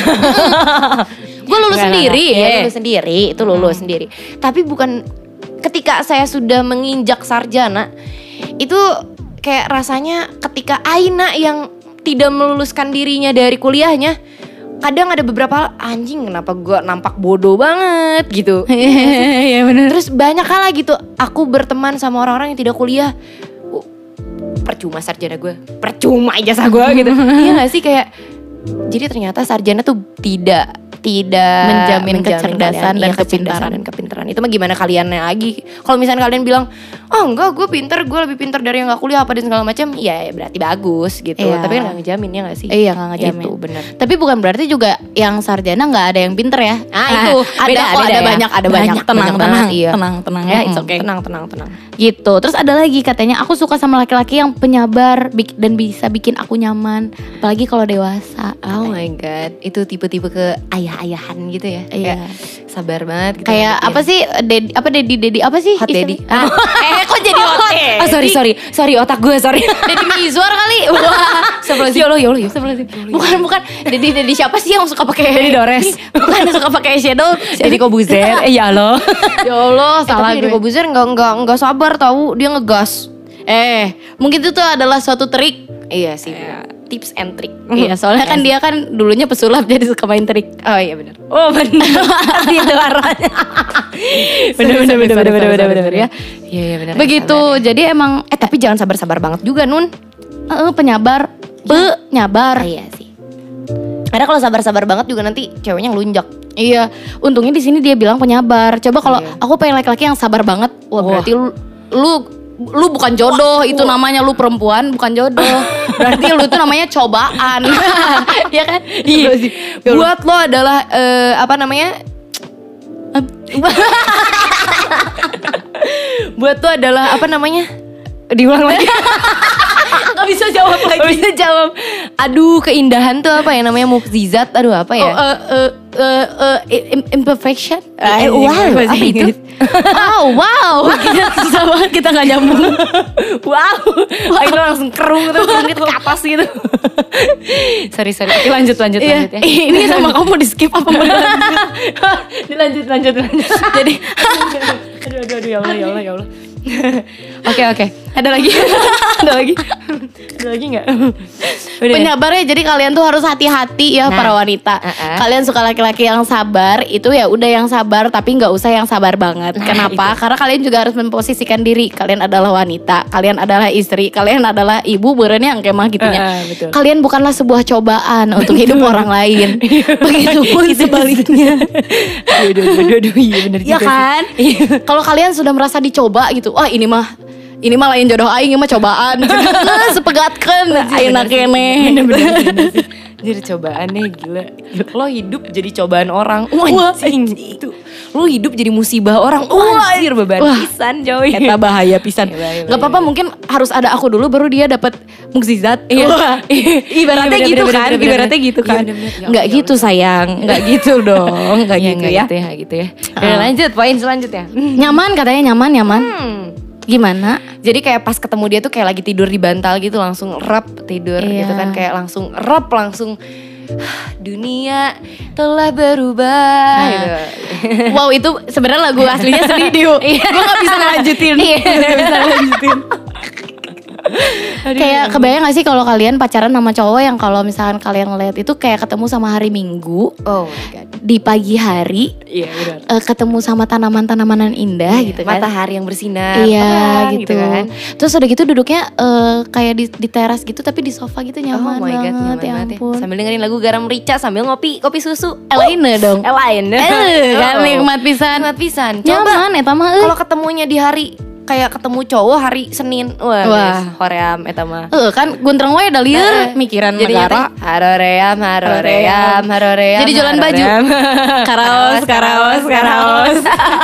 Gue lulus sendiri ya. Lulus sendiri. Tapi bukan ketika saya sudah menginjak sarjana, itu kayak rasanya ketika Aina yang tidak meluluskan dirinya dari kuliahnya, kadang ada beberapa anjing kenapa gue nampak bodoh banget gitu. Iya benar. Terus banyak hal gitu, aku berteman sama orang-orang yang tidak kuliah, percuma sarjana gue, percuma ijazah gue gitu. Iya gak sih, kayak jadi ternyata sarjana tuh tidak menjamin kecerdasan kalian, dan kepintaran. Itu mah gimana kaliannya lagi. Kalau misalnya kalian bilang, oh enggak gue pinter, gue lebih pinter dari yang gak kuliah apa dan segala macam, ya berarti bagus gitu. Tapi kan gak ngejamin ya gak sih? Iya gak ngejamin. Itu benar. Tapi bukan berarti juga yang sarjana gak ada yang pinter ya. Itu ada banyak. Tenang ya, it's okay. Tenang. Gitu. Terus ada lagi katanya, aku suka sama laki-laki yang penyabar dan bisa bikin aku nyaman, apalagi kalau dewasa. Oh my god, itu tipe-tipe ke ayah-ayahan gitu ya. Iya. Sabar banget gitu. Kayak apa sih? Daddy apa sih? Hot daddy. Kok jadi hot daddy? Oh sorry otak gue, sorry. Daddy Mizwar kali. Wah, ya Allah. Bukan. Daddy siapa sih yang suka pakai Daddy Dores? Bukan yang suka pakai shadow. Deddy Kobuzer. Ya Allah. Ya Allah, salah Deddy Kobuzer enggak sabar tahu, dia ngegas. Mungkin itu tuh adalah suatu trik. Iya sih. Tips and trick. Iya, soalnya kan dia kan dulunya pesulap jadi suka main trik. Oh iya benar. Oh benar. Itu arahnya. Benar ya. Iya benar. Begitu. Jadi emang tapi jangan sabar-sabar banget juga, Nun. Penyabar. Nyabar. Iya sih. Karena kalau sabar-sabar banget juga nanti ceweknya ngelunjak. Iya, untungnya di sini dia bilang penyabar. Coba kalau aku pengen laki-laki yang sabar banget, berarti lu bukan jodoh, itu namanya lu perempuan bukan jodoh. Berarti lu itu namanya cobaan. Ya kan? Buat lo adalah apa namanya? Buat lo adalah apa namanya? Diulang lagi. Gak bisa jawab lagi. Aduh, keindahan tuh apa ya namanya, mukjizat. Aduh apa ya? Imperfection. Wow, apa itu? Wow. Susah banget, kita gak nyambung. Wow. Itu langsung kerung tuh, ke atas gitu. Sorry. Oke, lanjut ya. Ini sama kamu di skip apa Dilanjut. Jadi aduh ya Allah. Oke. Ada lagi nggak? Penyabarnya, jadi kalian tuh harus hati-hati ya, para wanita. Kalian suka laki-laki yang sabar, itu ya udah yang sabar, tapi nggak usah yang sabar banget. Kenapa? Karena kalian juga harus memposisikan diri. Kalian adalah wanita, kalian adalah istri, kalian adalah ibu, berani yang kemah gitunya. Kalian bukanlah sebuah cobaan untuk hidup orang lain. Begitupun sebaliknya. Aduh, iya benar juga. Ya kan? Kalau kalian sudah merasa dicoba gitu, wah ini mah lain jodoh aing, mah cobaan. Sepegatkeun ayeuna keneh. Bener. Jadi cobaannya gila. Lo hidup jadi cobaan orang. Anjing itu. Lo hidup jadi musibah orang. Anjir, beban pisan coy. Eta bahaya pisan. Gak apa-apa, mungkin harus ada aku dulu baru dia dapat mukjizat. Ibaratnya gitu kan. Enggak gitu sayang. Enggak gitu dong. Enggak gitu ya. Gitu ya. Lanjut poin selanjutnya. Nyaman katanya, nyaman. Gimana? Jadi kayak pas ketemu dia tuh kayak lagi tidur di bantal gitu, langsung rep tidur gitu kan, kayak langsung rep, langsung dunia telah berubah. Gitu. Wow, itu sebenarnya lagu aslinya sedih Dio. Gue gak bisa ngelanjutin. Kayak kebayang gak sih kalau kalian pacaran sama cowok yang kalau misalkan kalian ngeliat itu kayak ketemu sama hari Minggu, oh my god, di pagi hari, iya benar, ketemu sama tanaman-tanaman indah gitu kan, matahari yang bersinar, iya gitu kan. Terus udah gitu duduknya kayak di teras gitu tapi di sofa gitu nyaman oh my god, banget, nyaman ya banget ampun. Sambil dengerin lagu Garam Merica sambil ngopi susu. Lainnya dong. Lain. Kan nikmat pisan. Nikmat pisan. Nyaman eta mah. Kalau ketemunya di hari kayak ketemu cowok hari Senin, wah. Hoream eta mah. Kan guntreng we da lieur mikiran negara. Haroream. Jadi jualan baju. Karaos.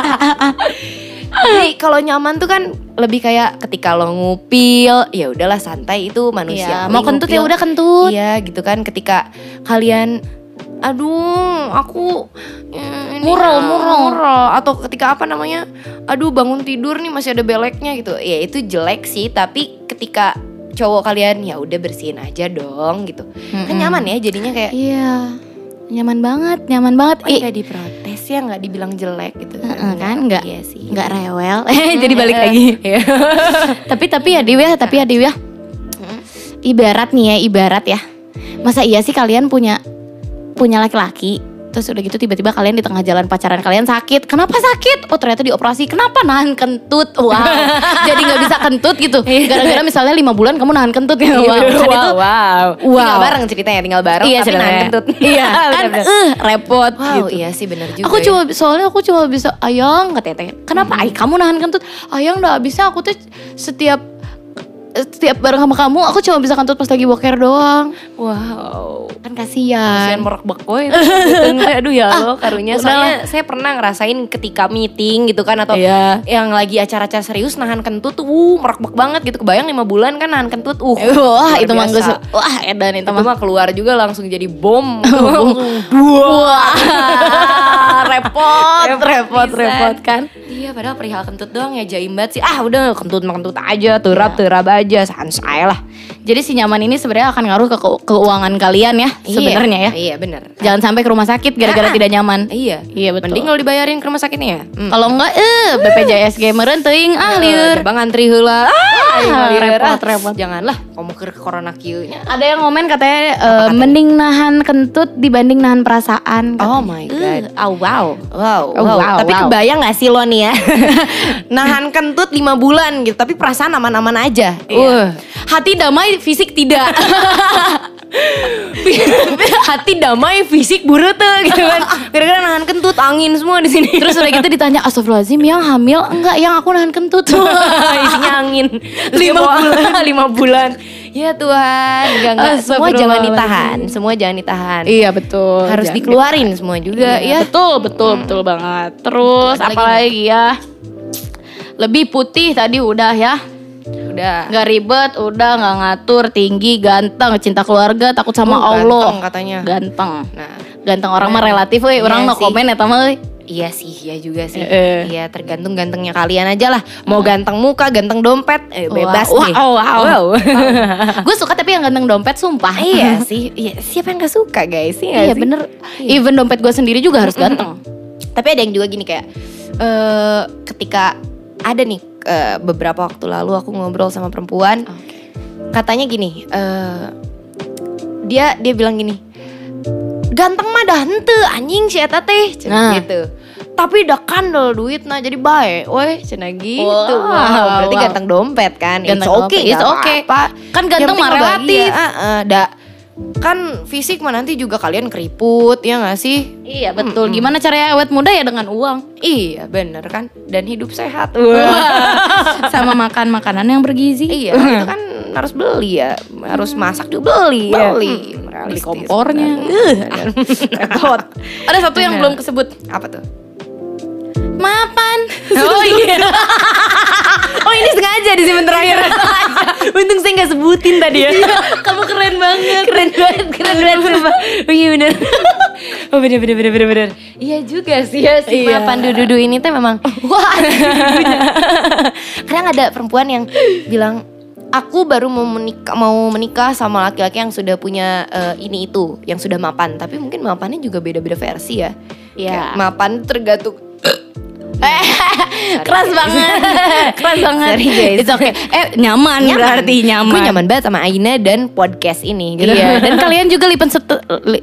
Jadi kalau nyaman tuh kan lebih kayak ketika lo ngupil, ya udahlah santai, itu manusia. Mau kentut ya udah kentut. Iya gitu kan, ketika kalian aduh aku mural atau ketika apa namanya, aduh bangun tidur nih masih ada beleknya gitu, ya itu jelek sih. Tapi ketika cowok kalian ya udah bersihin aja dong gitu, kan nyaman ya jadinya kayak iya nyaman banget. Nggak diprotes ya, nggak dibilang jelek gitu kan nggak, iya sih, nggak rewel. Jadi balik lagi. tapi ya Dewi ya, ibarat ya, masa iya sih kalian punya laki-laki, terus udah gitu tiba-tiba kalian di tengah jalan pacaran kalian sakit. Kenapa sakit? Oh ternyata dioperasi. Kenapa? Nahan kentut. Wow. Jadi gak bisa kentut gitu. Gara-gara misalnya 5 bulan kamu nahan kentut ya. Wow. Kan itu tinggal bareng ceritanya, tapi nahan kentut. Iya kan repot gitu. Iya sih benar juga. Aku cuma bisa Ayang katanya. Kenapa kamu nahan kentut? Ayang udah bisa, aku tuh setiap bareng sama kamu aku cuma bisa kentut pas lagi boker doang. Wow, kan kasihan merekbek boy. Aduh ya Allah karunya. Soalnya saya pernah ngerasain ketika meeting gitu kan, atau yang lagi acara-acara serius nahan kentut tuh merekbek banget gitu. Kebayang 5 bulan kan nahan kentut. Wah itu mah edan itu mah keluar juga langsung jadi bom. Wah repot kan. Iya padahal perihal kentut doang ya jaim banget sih. Udah kentut aja, terap aja, sansai lah. Jadi si nyaman ini sebenarnya akan ngaruh ke keuangan kalian ya sebenarnya ya. Iya benar. Jangan sampai ke rumah sakit gara-gara tidak nyaman. Iya betul. Mending kalau dibayarin ke rumah sakitnya ya. Kalau enggak BPJS meureun teuing lieur. Bang antri heula. Repot. Janganlah komo ke corona kieu nya. Ada yang ngomen katanya mending nahan kentut dibanding nahan perasaan. Oh my god. Wow. Tapi kebayang gak sih lo nih ya nahan kentut 5 bulan gitu, tapi perasaan aman-aman aja. Hati damai, fisik tidak. Hati damai, fisik burete gitu kan. Gara-gara nahan kentut, angin semua di sini. Terus udah gitu ditanya, astagfirullahaladzim yang hamil? Enggak, yang aku nahan kentut. Isinya angin. 5 bulan. Ya Tuhan, enggak. Semua jangan ditahan. Iya betul. Harus dikeluarin semua juga ya. Betul banget. Terus apalagi ya? Lebih putih tadi udah ya. Udah. Gak ribet, udah gak ngatur, tinggi, ganteng, cinta keluarga, takut sama Allah. Ganteng katanya. Ganteng. Nah, ganteng orang mah relatif euy, orang no komen eta mah euy. Iya sih, iya juga sih. Iya, tergantung gantengnya kalian aja lah. Mau ganteng muka, ganteng dompet, bebas deh. Wow. Gue suka tapi yang ganteng dompet sumpah. Iya sih. Iya, siapa yang gak suka guys? Iya bener. Even dompet gue sendiri juga harus ganteng. Tapi ada yang juga gini kayak ketika ada nih beberapa waktu lalu aku ngobrol sama perempuan. Katanya gini, dia bilang gini, ganteng mah dah henteu anjing si eta teh gitu. Tapi dah kandel duitna jadi bae, weh cenah gitu. Berarti ganteng dompet kan. Ganteng it's okay. Kan ganteng mah relatif. Kan fisik mah nanti juga kalian keriput ya gak sih? Iya betul. Gimana caranya awet muda ya dengan uang. Iya bener kan. Dan hidup sehat. Sama makan makanan yang bergizi. Iya itu kan harus beli ya. Harus masak juga beli. Beli kompornya. Repot. Ada satu yang belum kesebut. Apa tuh? Mapan. Oh iya. Oh ini sengaja disimpan terakhir. Untung saya gak sebutin tadi ya. Kamu keren banget. Keren banget sumpah. Oh iya bener. Oh bener. Iya juga sih ya si Mapan Dudu ini tuh memang. Wah. Kadang ada perempuan yang bilang, aku baru mau menikah sama laki-laki yang sudah punya ini itu, yang sudah mapan. Tapi mungkin mapannya juga beda-beda versi ya. Iya. Mapan tergantung. Keras banget. Keras banget. Sorry guys. It's okay. Nyaman berarti nyaman. Gue nyaman banget sama Aina dan podcast ini gitu. Iya. Dan kalian juga lipen setor.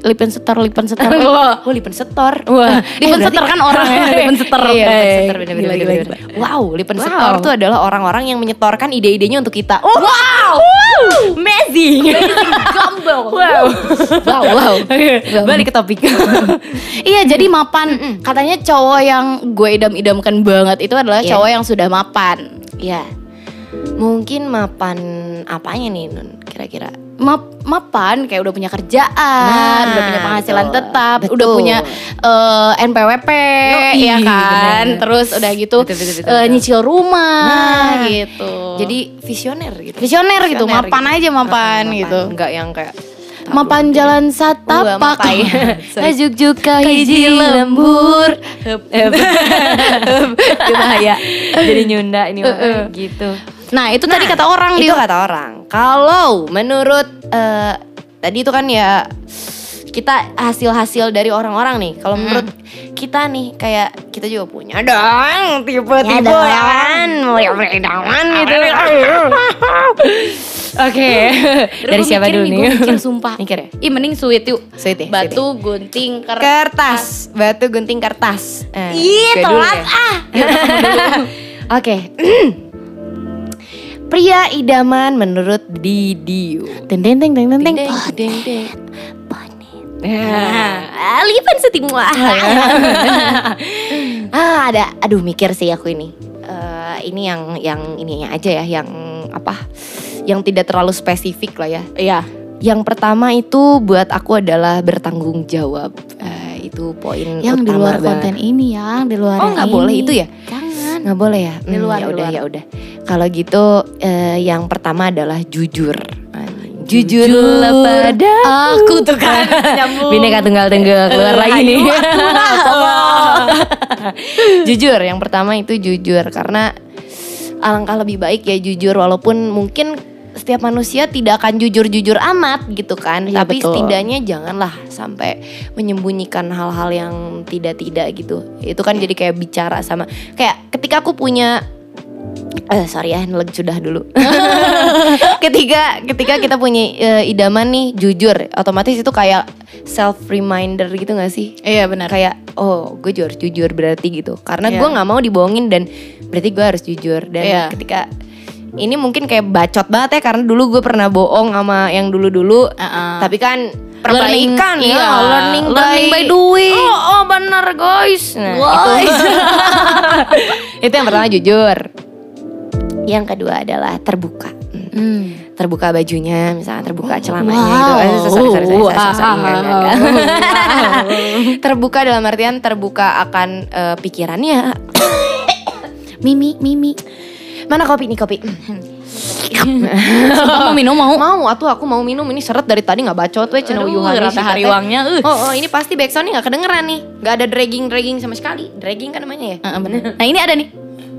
Oh, lipen setor. Wah, lipen setor kan orang ya. Lipen setor. Iya, lipen setor bener-bener. Wow, lipen setor tuh adalah orang-orang yang menyetorkan ide-idenya untuk kita. Oh, wow. Amazing. Gambel. Wow. Balik ke topik. Iya, jadi mapan. Katanya cowok yang gue idam-idamkan banget itu adalah cowok yang sudah mapan. Iya. Mungkin mapan apanya nih Nun kira-kira? Mapan kayak udah punya kerjaan, udah punya penghasilan tetap, udah punya NPWP, ya kan. Bener. Terus udah gitu nyicil rumah gitu. Jadi visioner gitu. Visioner gitu, mapan gitu. Aja mapan gitu. Enggak yang kayak mapan jalan satapak ajuk-juk hiji lembur. Bahaya. Jadi nyunda ini gitu. Nah, itu tadi kata orang. Itu kata orang. Kalau menurut tadi itu kan ya kita hasil-hasil dari orang-orang nih. Kalau menurut kita nih kayak kita juga punya dong tipe-tipe ya kan. Gitu. Oke. Dari siapa dulu nih? Gue mikir sumpah. Mikir ya? Ih, mending sweet yuk. Sweet ya? Batu gunting kertas. Batu gunting kertas. Ih, telat Oke. Pria idaman menurut Didiu. Teng. Lipan setimua. Aduh mikir sih aku ini. Ini yang ininya aja ya, yang apa? Yang tidak terlalu spesifik lah ya. Iya. Yang pertama itu buat aku adalah bertanggung jawab. Itu poin yang utama di luar banget. Konten ini yang di luar. Oh nggak boleh itu ya? Jangan. Nggak boleh ya? Di luar. Ya udah. Kalau gitu yang pertama adalah jujur. Jujurlah pada aku tuh kan nyambung. Bineka Tunggal Tunggal keluar lagi nih. Jujur, yang pertama itu jujur karena alangkah lebih baik ya jujur walaupun mungkin setiap manusia tidak akan jujur-jujur amat gitu kan. Ya, tapi betul. setidaknya janganlah sampai menyembunyikan hal-hal yang tidak-tidak gitu. Itu kan jadi kayak bicara sama kayak ketika aku punya sorry ya, sudah dulu. ketika kita punya idaman nih jujur, otomatis itu kayak self reminder gitu nggak sih? Iya benar. Kayak gue harus jujur berarti gitu. Karena gue nggak mau dibohongin dan berarti gue harus jujur. Dan ketika ini mungkin kayak bacot banget ya karena dulu gue pernah bohong sama yang dulu-dulu. Tapi kan perbaikan learning by doing. Oh benar guys. Nah, itu yang pertama jujur. Yang kedua adalah terbuka. Terbuka bajunya, misalnya terbuka celananya gitu. Sorry. Terbuka dalam artian terbuka akan pikirannya. Mimi. Mana kopi nih kopi? Mau minum mau? Mau, aku mau minum. Ini seret dari tadi nggak bacot weh cenah uyuhan rata hari uangnya. Oh, ini pasti backsoundnya nggak kedengeran nih. Nggak ada dragging sama sekali. Dragging kan namanya ya. Bener. Nah ini ada nih.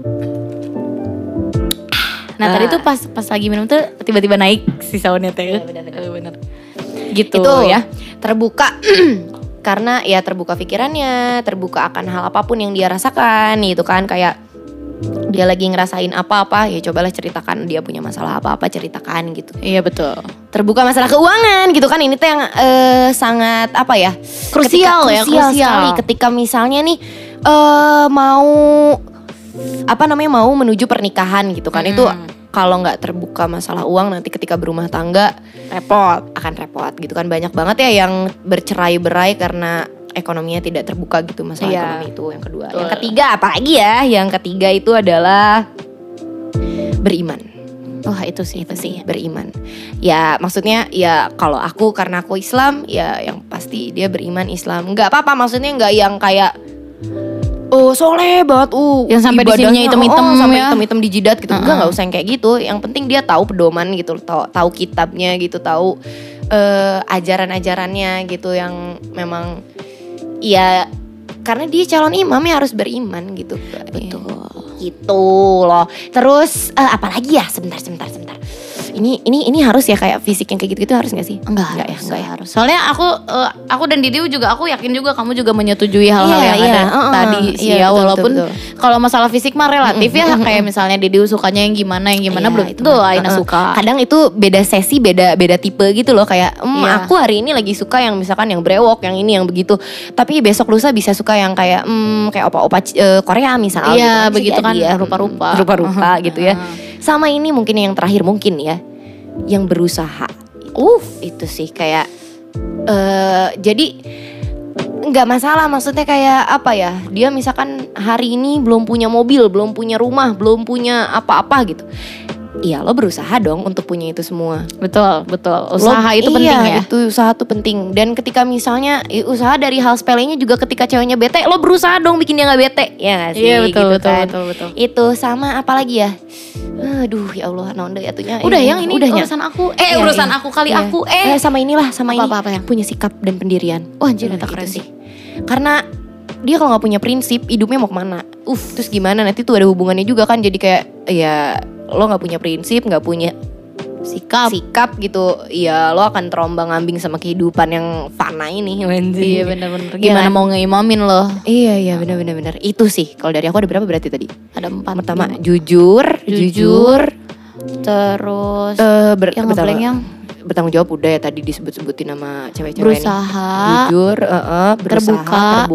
Nah tadi tuh pas lagi minum tuh tiba-tiba naik si soundnya teh. Bener. Gitu itu ya. Terbuka karena ya terbuka pikirannya, terbuka akan hal apapun yang dia rasakan gitu kan. Kayak dia lagi ngerasain apa-apa ya cobalah ceritakan, dia punya masalah apa-apa ceritakan gitu. Iya betul. Terbuka masalah keuangan gitu kan, ini tuh yang sangat apa ya, krusial sekali ketika misalnya nih mau menuju pernikahan gitu kan. Itu kalau nggak terbuka masalah uang nanti ketika berumah tangga akan repot gitu kan. Banyak banget ya yang bercerai-berai karena ekonominya tidak terbuka gitu, masalah ekonomi itu yang kedua. Yang ketiga apalagi ya? Yang ketiga itu adalah beriman. Wah itu sih beriman. Ya maksudnya ya kalau aku karena aku Islam ya yang pasti dia beriman Islam. Nggak apa-apa, maksudnya nggak yang kayak soleh banget yang sampai di sininya hitam-hitam sampai ya. hitam-hitam di jidat gitu. Enggak usah yang kayak gitu. Yang penting dia tahu pedoman gitu, tahu kitabnya gitu, tahu ajaran-ajarannya gitu yang memang ya karena dia calon imam ya harus beriman gitu. Betul. Gitu loh. Terus apalagi ya? Sebentar. ini harus ya kayak fisik yang kayak gitu harus nggak sih? Enggak ya. Harus. Soalnya aku dan Didi juga, aku yakin juga kamu juga menyetujui hal-hal yang ada tadi sih ya. Walaupun kalau masalah fisik mah relatif ya, kayak misalnya Didi sukanya yang gimana belum itu Aina suka. Kadang itu beda sesi, beda tipe gitu loh, kayak aku hari ini lagi suka yang misalkan yang brewok, yang ini yang begitu. Tapi besok lusa bisa suka yang kayak kayak opa-opa Korea misalnya. Iya, begitu kan ya. Rupa-rupa gitu ya. Sama ini mungkin yang terakhir mungkin ya, yang berusaha. Itu sih kayak jadi nggak masalah, maksudnya kayak apa ya, dia misalkan hari ini belum punya mobil, belum punya rumah, belum punya apa-apa gitu. Iya, lo berusaha dong untuk punya itu semua. Betul. Usaha itu penting ya. Itu usaha tuh penting. Dan ketika misalnya usaha dari hal sepelenya juga, ketika ceweknya bete, lo berusaha dong bikin dia nggak bete. Ya nggak sih? Iya betul, gitu kan. betul. Itu sama apa lagi ya? Aduh ya Allah, naon deui atunya. Udah yang ini urusan aku. Urusan aku kali aku. Sama inilah, sama apa ini. Punya sikap dan pendirian. Anjir, itu keren sih. Karena dia kalau nggak punya prinsip, hidupnya mau kemana? Terus gimana? Nanti tuh ada hubungannya juga kan. Jadi kayak ya lo nggak punya prinsip, nggak punya sikap gitu, ya lo akan terombang-ambing sama kehidupan yang fana ini. Iya benar-benar. Gimana mau ngeimamin lo? Iya benar. Itu sih kalau dari aku ada berapa berarti tadi? Ada 4. Pertama jujur. Terus yang ngeblank yang bertanggung jawab udah ya, tadi disebut-sebutin nama cewek-cewek berusaha, nih. Jujur, terbuka.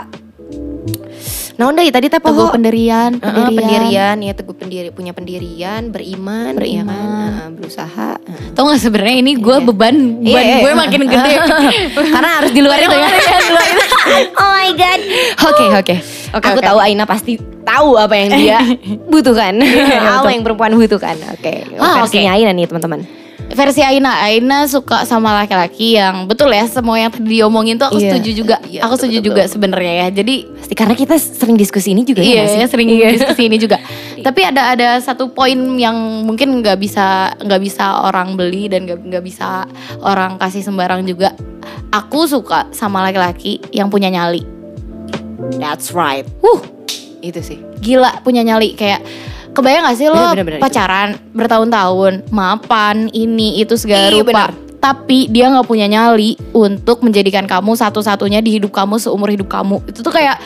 Nah udah ya tadi teh teguh pendirian ya, teguh punya pendirian, beriman. Ya kan? Berusaha. Tau gak sebenarnya ini gue beban gue makin gede karena harus di luar itu ya. Oh my god. Oke. Aku tahu Aina pasti tahu apa yang dia butuhkan. Apa yang perempuan butuhkan. Oke. Versinya Aina nih teman-teman. Versi Aina suka sama laki-laki yang betul ya, semua yang tadi diomongin tuh aku setuju juga. Aku setuju juga sebenarnya ya. Jadi pasti karena kita sering diskusi ini juga ya. Iya, sering diskusi ini juga. Tapi ada satu poin yang mungkin nggak bisa orang beli dan nggak bisa orang kasih sembarang juga. Aku suka sama laki-laki yang punya nyali. That's right. Itu sih. Gila, punya nyali. Kayak kebayang gak sih lo bener, pacaran bertahun-tahun, mapan, ini, itu segala rupa. Tapi dia gak punya nyali untuk menjadikan kamu satu-satunya di hidup kamu seumur hidup kamu. Itu tuh kayak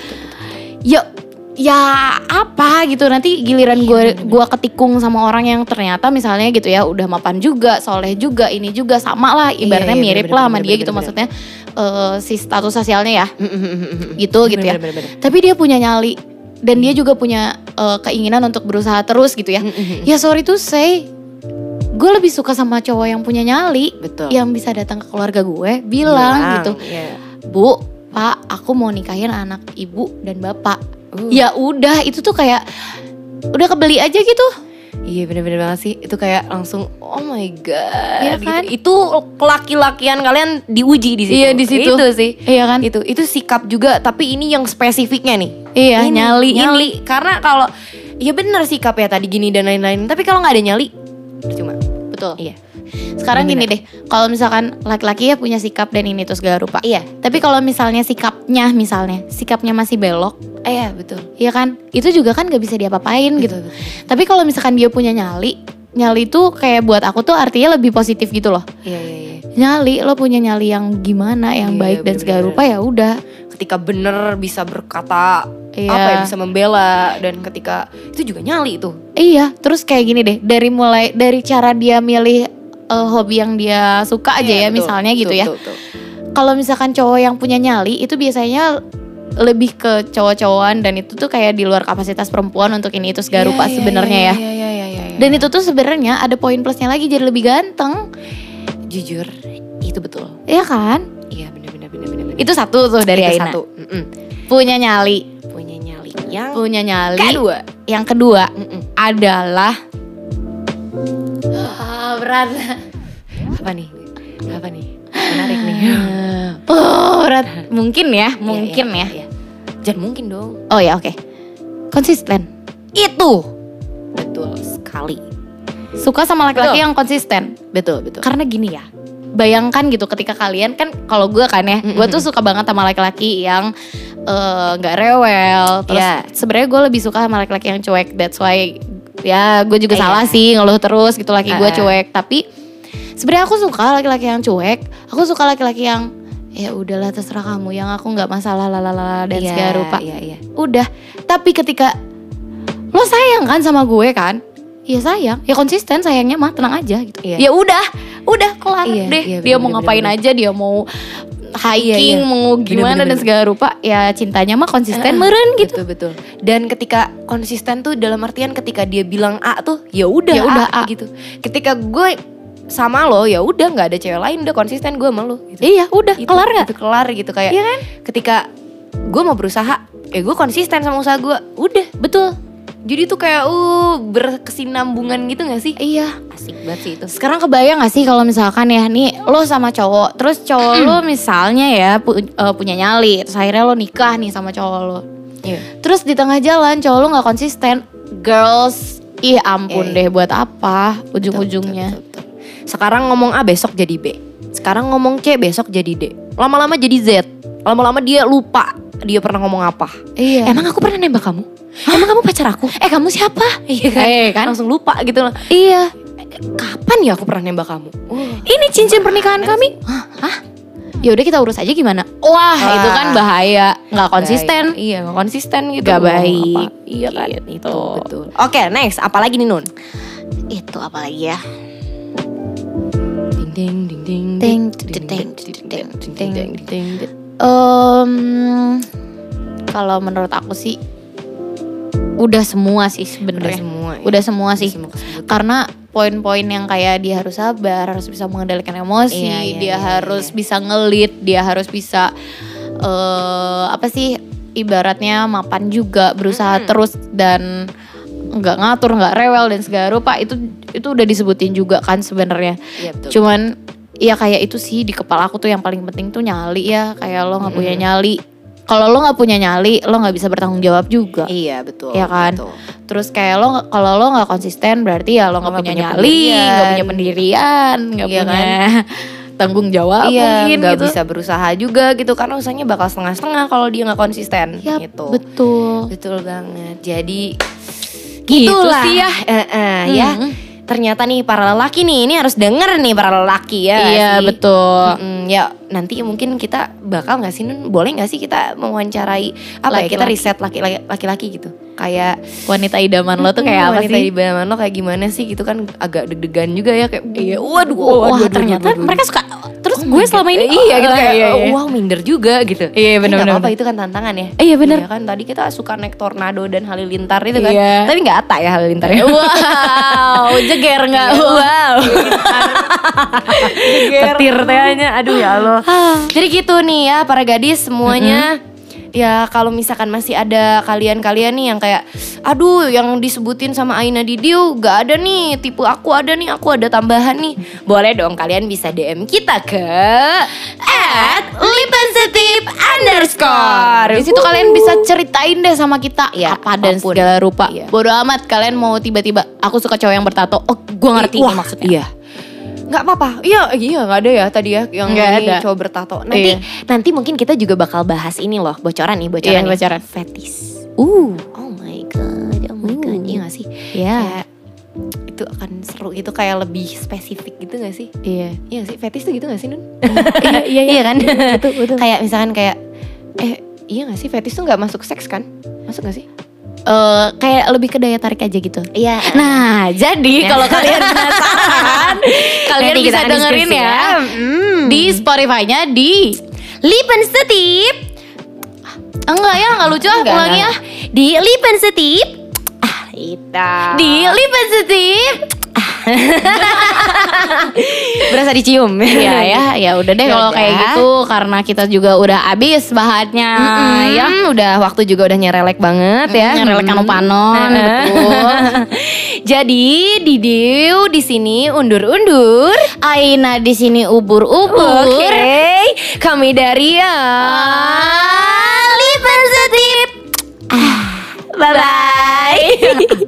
ya apa gitu. Nanti giliran gue ketikung sama orang yang ternyata misalnya gitu ya, udah mapan juga, soleh juga, ini juga, sama lah. Ibaratnya mirip lah sama dia gitu. Maksudnya si status sosialnya ya gitu ya. Tapi dia punya nyali. Dan dia juga punya keinginan untuk berusaha terus gitu ya. Ya sorry to say, gue lebih suka sama cowok yang punya nyali. Betul. Yang bisa datang ke keluarga gue, bilang gitu. Bu, Pak, aku mau nikahin anak ibu dan bapak. Ya udah, itu tuh kayak udah kebeli aja gitu. Iya bener-bener banget sih. Itu kayak langsung oh my god. Iya kan? Gitu. Itu laki-lakian kalian diuji di situ. Iya di situ. Itu sih. Iya kan? Itu sikap juga, tapi ini yang spesifiknya nih. Iya, ini, nyali. Karena kalau ya bener sikap ya tadi gini dan lain-lain. Tapi kalau nggak ada nyali, percuma. Betul. Iya. Sekarang gini deh, kalau misalkan laki-laki ya punya sikap dan ini tuh segala rupa. Iya. Tapi kalau misalnya sikapnya masih belok. Iya betul. Iya kan? Itu juga kan gak bisa diapa-apain gitu. Betul. Tapi kalau misalkan dia punya nyali tuh kayak buat aku tuh artinya lebih positif gitu loh. Iya. Nyali, lo punya nyali yang gimana, yang baik dan segala rupa ya udah. Ketika bener bisa berkata apa ya, bisa membela, dan ketika itu juga nyali tuh. Iya, terus kayak gini deh, dari cara dia milih hobi yang dia suka aja ya, betul, misalnya gitu ya. Kalau misalkan cowok yang punya nyali itu biasanya lebih ke cowok-cowokan, dan itu tuh kayak di luar kapasitas perempuan untuk ini itu segala rupa sebenarnya ya. Dan itu tuh sebenarnya ada poin plusnya lagi, jadi lebih ganteng. Jujur, itu betul. Iya kan? Iya benar. Itu satu tuh dari Aina. Punya nyali. Yang kedua adalah berat. Apa nih? Menarik nih. Berat. Mungkin ya. Jangan mungkin dong. Oh ya, oke. Konsisten. Itu betul sekali. Suka sama laki-laki yang konsisten. Betul. Karena gini ya, bayangkan gitu ketika kalian kan, kalau gue kan ya, gue tuh suka banget sama laki-laki yang nggak rewel. Terus sebenarnya gue lebih suka sama laki-laki yang cuek. That's why Ya gue juga salah sih ngeluh terus gitu, laki gue cuek. Tapi sebenarnya aku suka laki-laki yang cuek. Aku suka laki-laki yang ya udahlah terserah kamu, yang aku nggak masalah lalala dan segala rupa. Udah. Tapi ketika lo sayang kan sama gue kan, ya sayang, ya konsisten sayangnya mah, tenang aja gitu. Ya udah kelar deh. Dia mau ngapain aja, dia mau hiking, mau gimana dan segala rupa, ya cintanya mah konsisten meren gitu. Betul. Dan ketika konsisten tuh dalam artian ketika dia bilang A tuh ya udah A gitu. Ketika gue sama lo ya udah, nggak ada cewek lain, udah konsisten gue sama lo gitu. Iya udah Itu, kelar nggak? Itu kelar gitu kayak. Iya kan? Ketika gue mau berusaha, gue konsisten sama usaha gue, udah. Betul. Jadi tuh kayak berkesinambungan gitu gak sih? Iya. Asik banget sih itu. Sekarang kebayang gak sih kalau misalkan ya nih lo sama cowok, terus cowok lo misalnya ya punya nyali, terus akhirnya lo nikah nih sama cowok lo. Terus di tengah jalan cowok lo gak konsisten. Girls, ampun deh, buat apa ujung-ujungnya. Betul. Sekarang ngomong A besok jadi B. Sekarang ngomong C besok jadi D. Lama-lama jadi Z. Lama-lama dia lupa dia pernah ngomong apa. Iya. Emang aku pernah nembak kamu? Emang kamu pacar aku? Kamu siapa? Iya kan? Langsung lupa gitu loh. Iya. Kapan ya aku pernah nembak kamu? Ini cincin pernikahan kami. Hah? Ya udah kita urus aja gimana? Wah, itu kan bahaya, nggak konsisten. Iya, nggak konsisten gitu. Gak baik. Iya kan? Itu betul. Oke, next. Apalagi nih Nun? Itu apalagi ya? Ding ding ding Ding ding. Kalau menurut aku sih udah semua sih sebenarnya. Udah semua sih. Karena poin-poin yang kayak dia harus sabar, harus bisa mengendalikan emosi, dia harus bisa ngelit, dia harus bisa ibaratnya mapan juga, berusaha terus dan nggak ngatur, nggak rewel dan segala rupa. Itu udah disebutin juga kan sebenarnya. Cuman ya kayak itu sih di kepala aku tuh yang paling penting tuh nyali ya. Kayak lo nggak punya nyali. Kalau lo nggak punya nyali, lo nggak bisa bertanggung jawab juga. Iya betul. Ya kan. Betul. Terus kayak kalau lo nggak konsisten, berarti ya lo nggak punya nyali, nggak punya pendirian, nggak punya tanggung jawab mungkin gak gitu. bisa berusaha juga gitu, karena usahanya bakal setengah-setengah kalau dia nggak konsisten. Gitu. Betul banget. Jadi gitu sih ya. Ya. Ternyata nih para lelaki nih, ini harus denger nih para lelaki ya. Iya betul. Ya nanti mungkin kita bakal nggak sih Nun, boleh nggak sih kita mewawancarai kita riset laki-laki gitu, kayak wanita idaman lo tuh kayak apa sih? Wanita idaman lo kayak gimana sih gitu kan, agak deg-degan juga ya kayak. Waduh, ternyata mereka suka. Terus gue selama ini gitu kayak wow minder juga gitu. Iya benar. Nggak apa-apa, itu kan tantangan ya. Iya benar. Ya kan tadi kita suka naik tornado dan halilintar itu kan. Tapi nggak ata ya halilintarnya. Wow, jeger nggak? Wow. Petir tehnya, aduh ya Allah. Jadi gitu nih ya para gadis semuanya. Ya kalau misalkan masih ada kalian-kalian nih yang kayak aduh yang disebutin sama Aina Didiu gak ada nih, tipe aku ada nih, aku ada tambahan nih, boleh dong kalian bisa DM kita ke @lipensetip_. Di situ kalian bisa ceritain deh sama kita ya, apa dan segala rupa. Bodo amat kalian mau tiba-tiba aku suka cowok yang bertato. Oh, gue ngerti ini maksudnya. Iya. Nggak apa-apa, iya nggak ada ya tadi ya yang ini cowok bertato. Nanti mungkin kita juga bakal bahas ini loh, bocoran. Fetis. Oh my god, iya nggak sih? Iya. Itu akan seru, itu kayak lebih spesifik gitu nggak sih? Iya nggak sih, fetis tuh gitu nggak sih Nun? Iya kan? Betul. Kayak misalkan kayak iya nggak sih, fetis tuh nggak masuk seks kan? Masuk nggak sih? Kayak lebih ke daya tarik aja gitu. Iya. Nah, jadi kalau kalian penasaran, kalian bisa dengerin ya di Spotify-nya di Lipensetip. Enggak ya, enggak lucu. Ulangi ya. Di Lipensetip. Di Lipensetip. Berasa dicium. Ya udah deh kalau kayak gitu, karena kita juga udah abis bahannya. Ya udah waktu juga udah nyerelek banget ya. Nyerelek kanu panon. Betul. Jadi Didiu di sini undur-undur, Aina di sini ubur-ubur. Oke. Kami dari Lipensetip. Bye bye.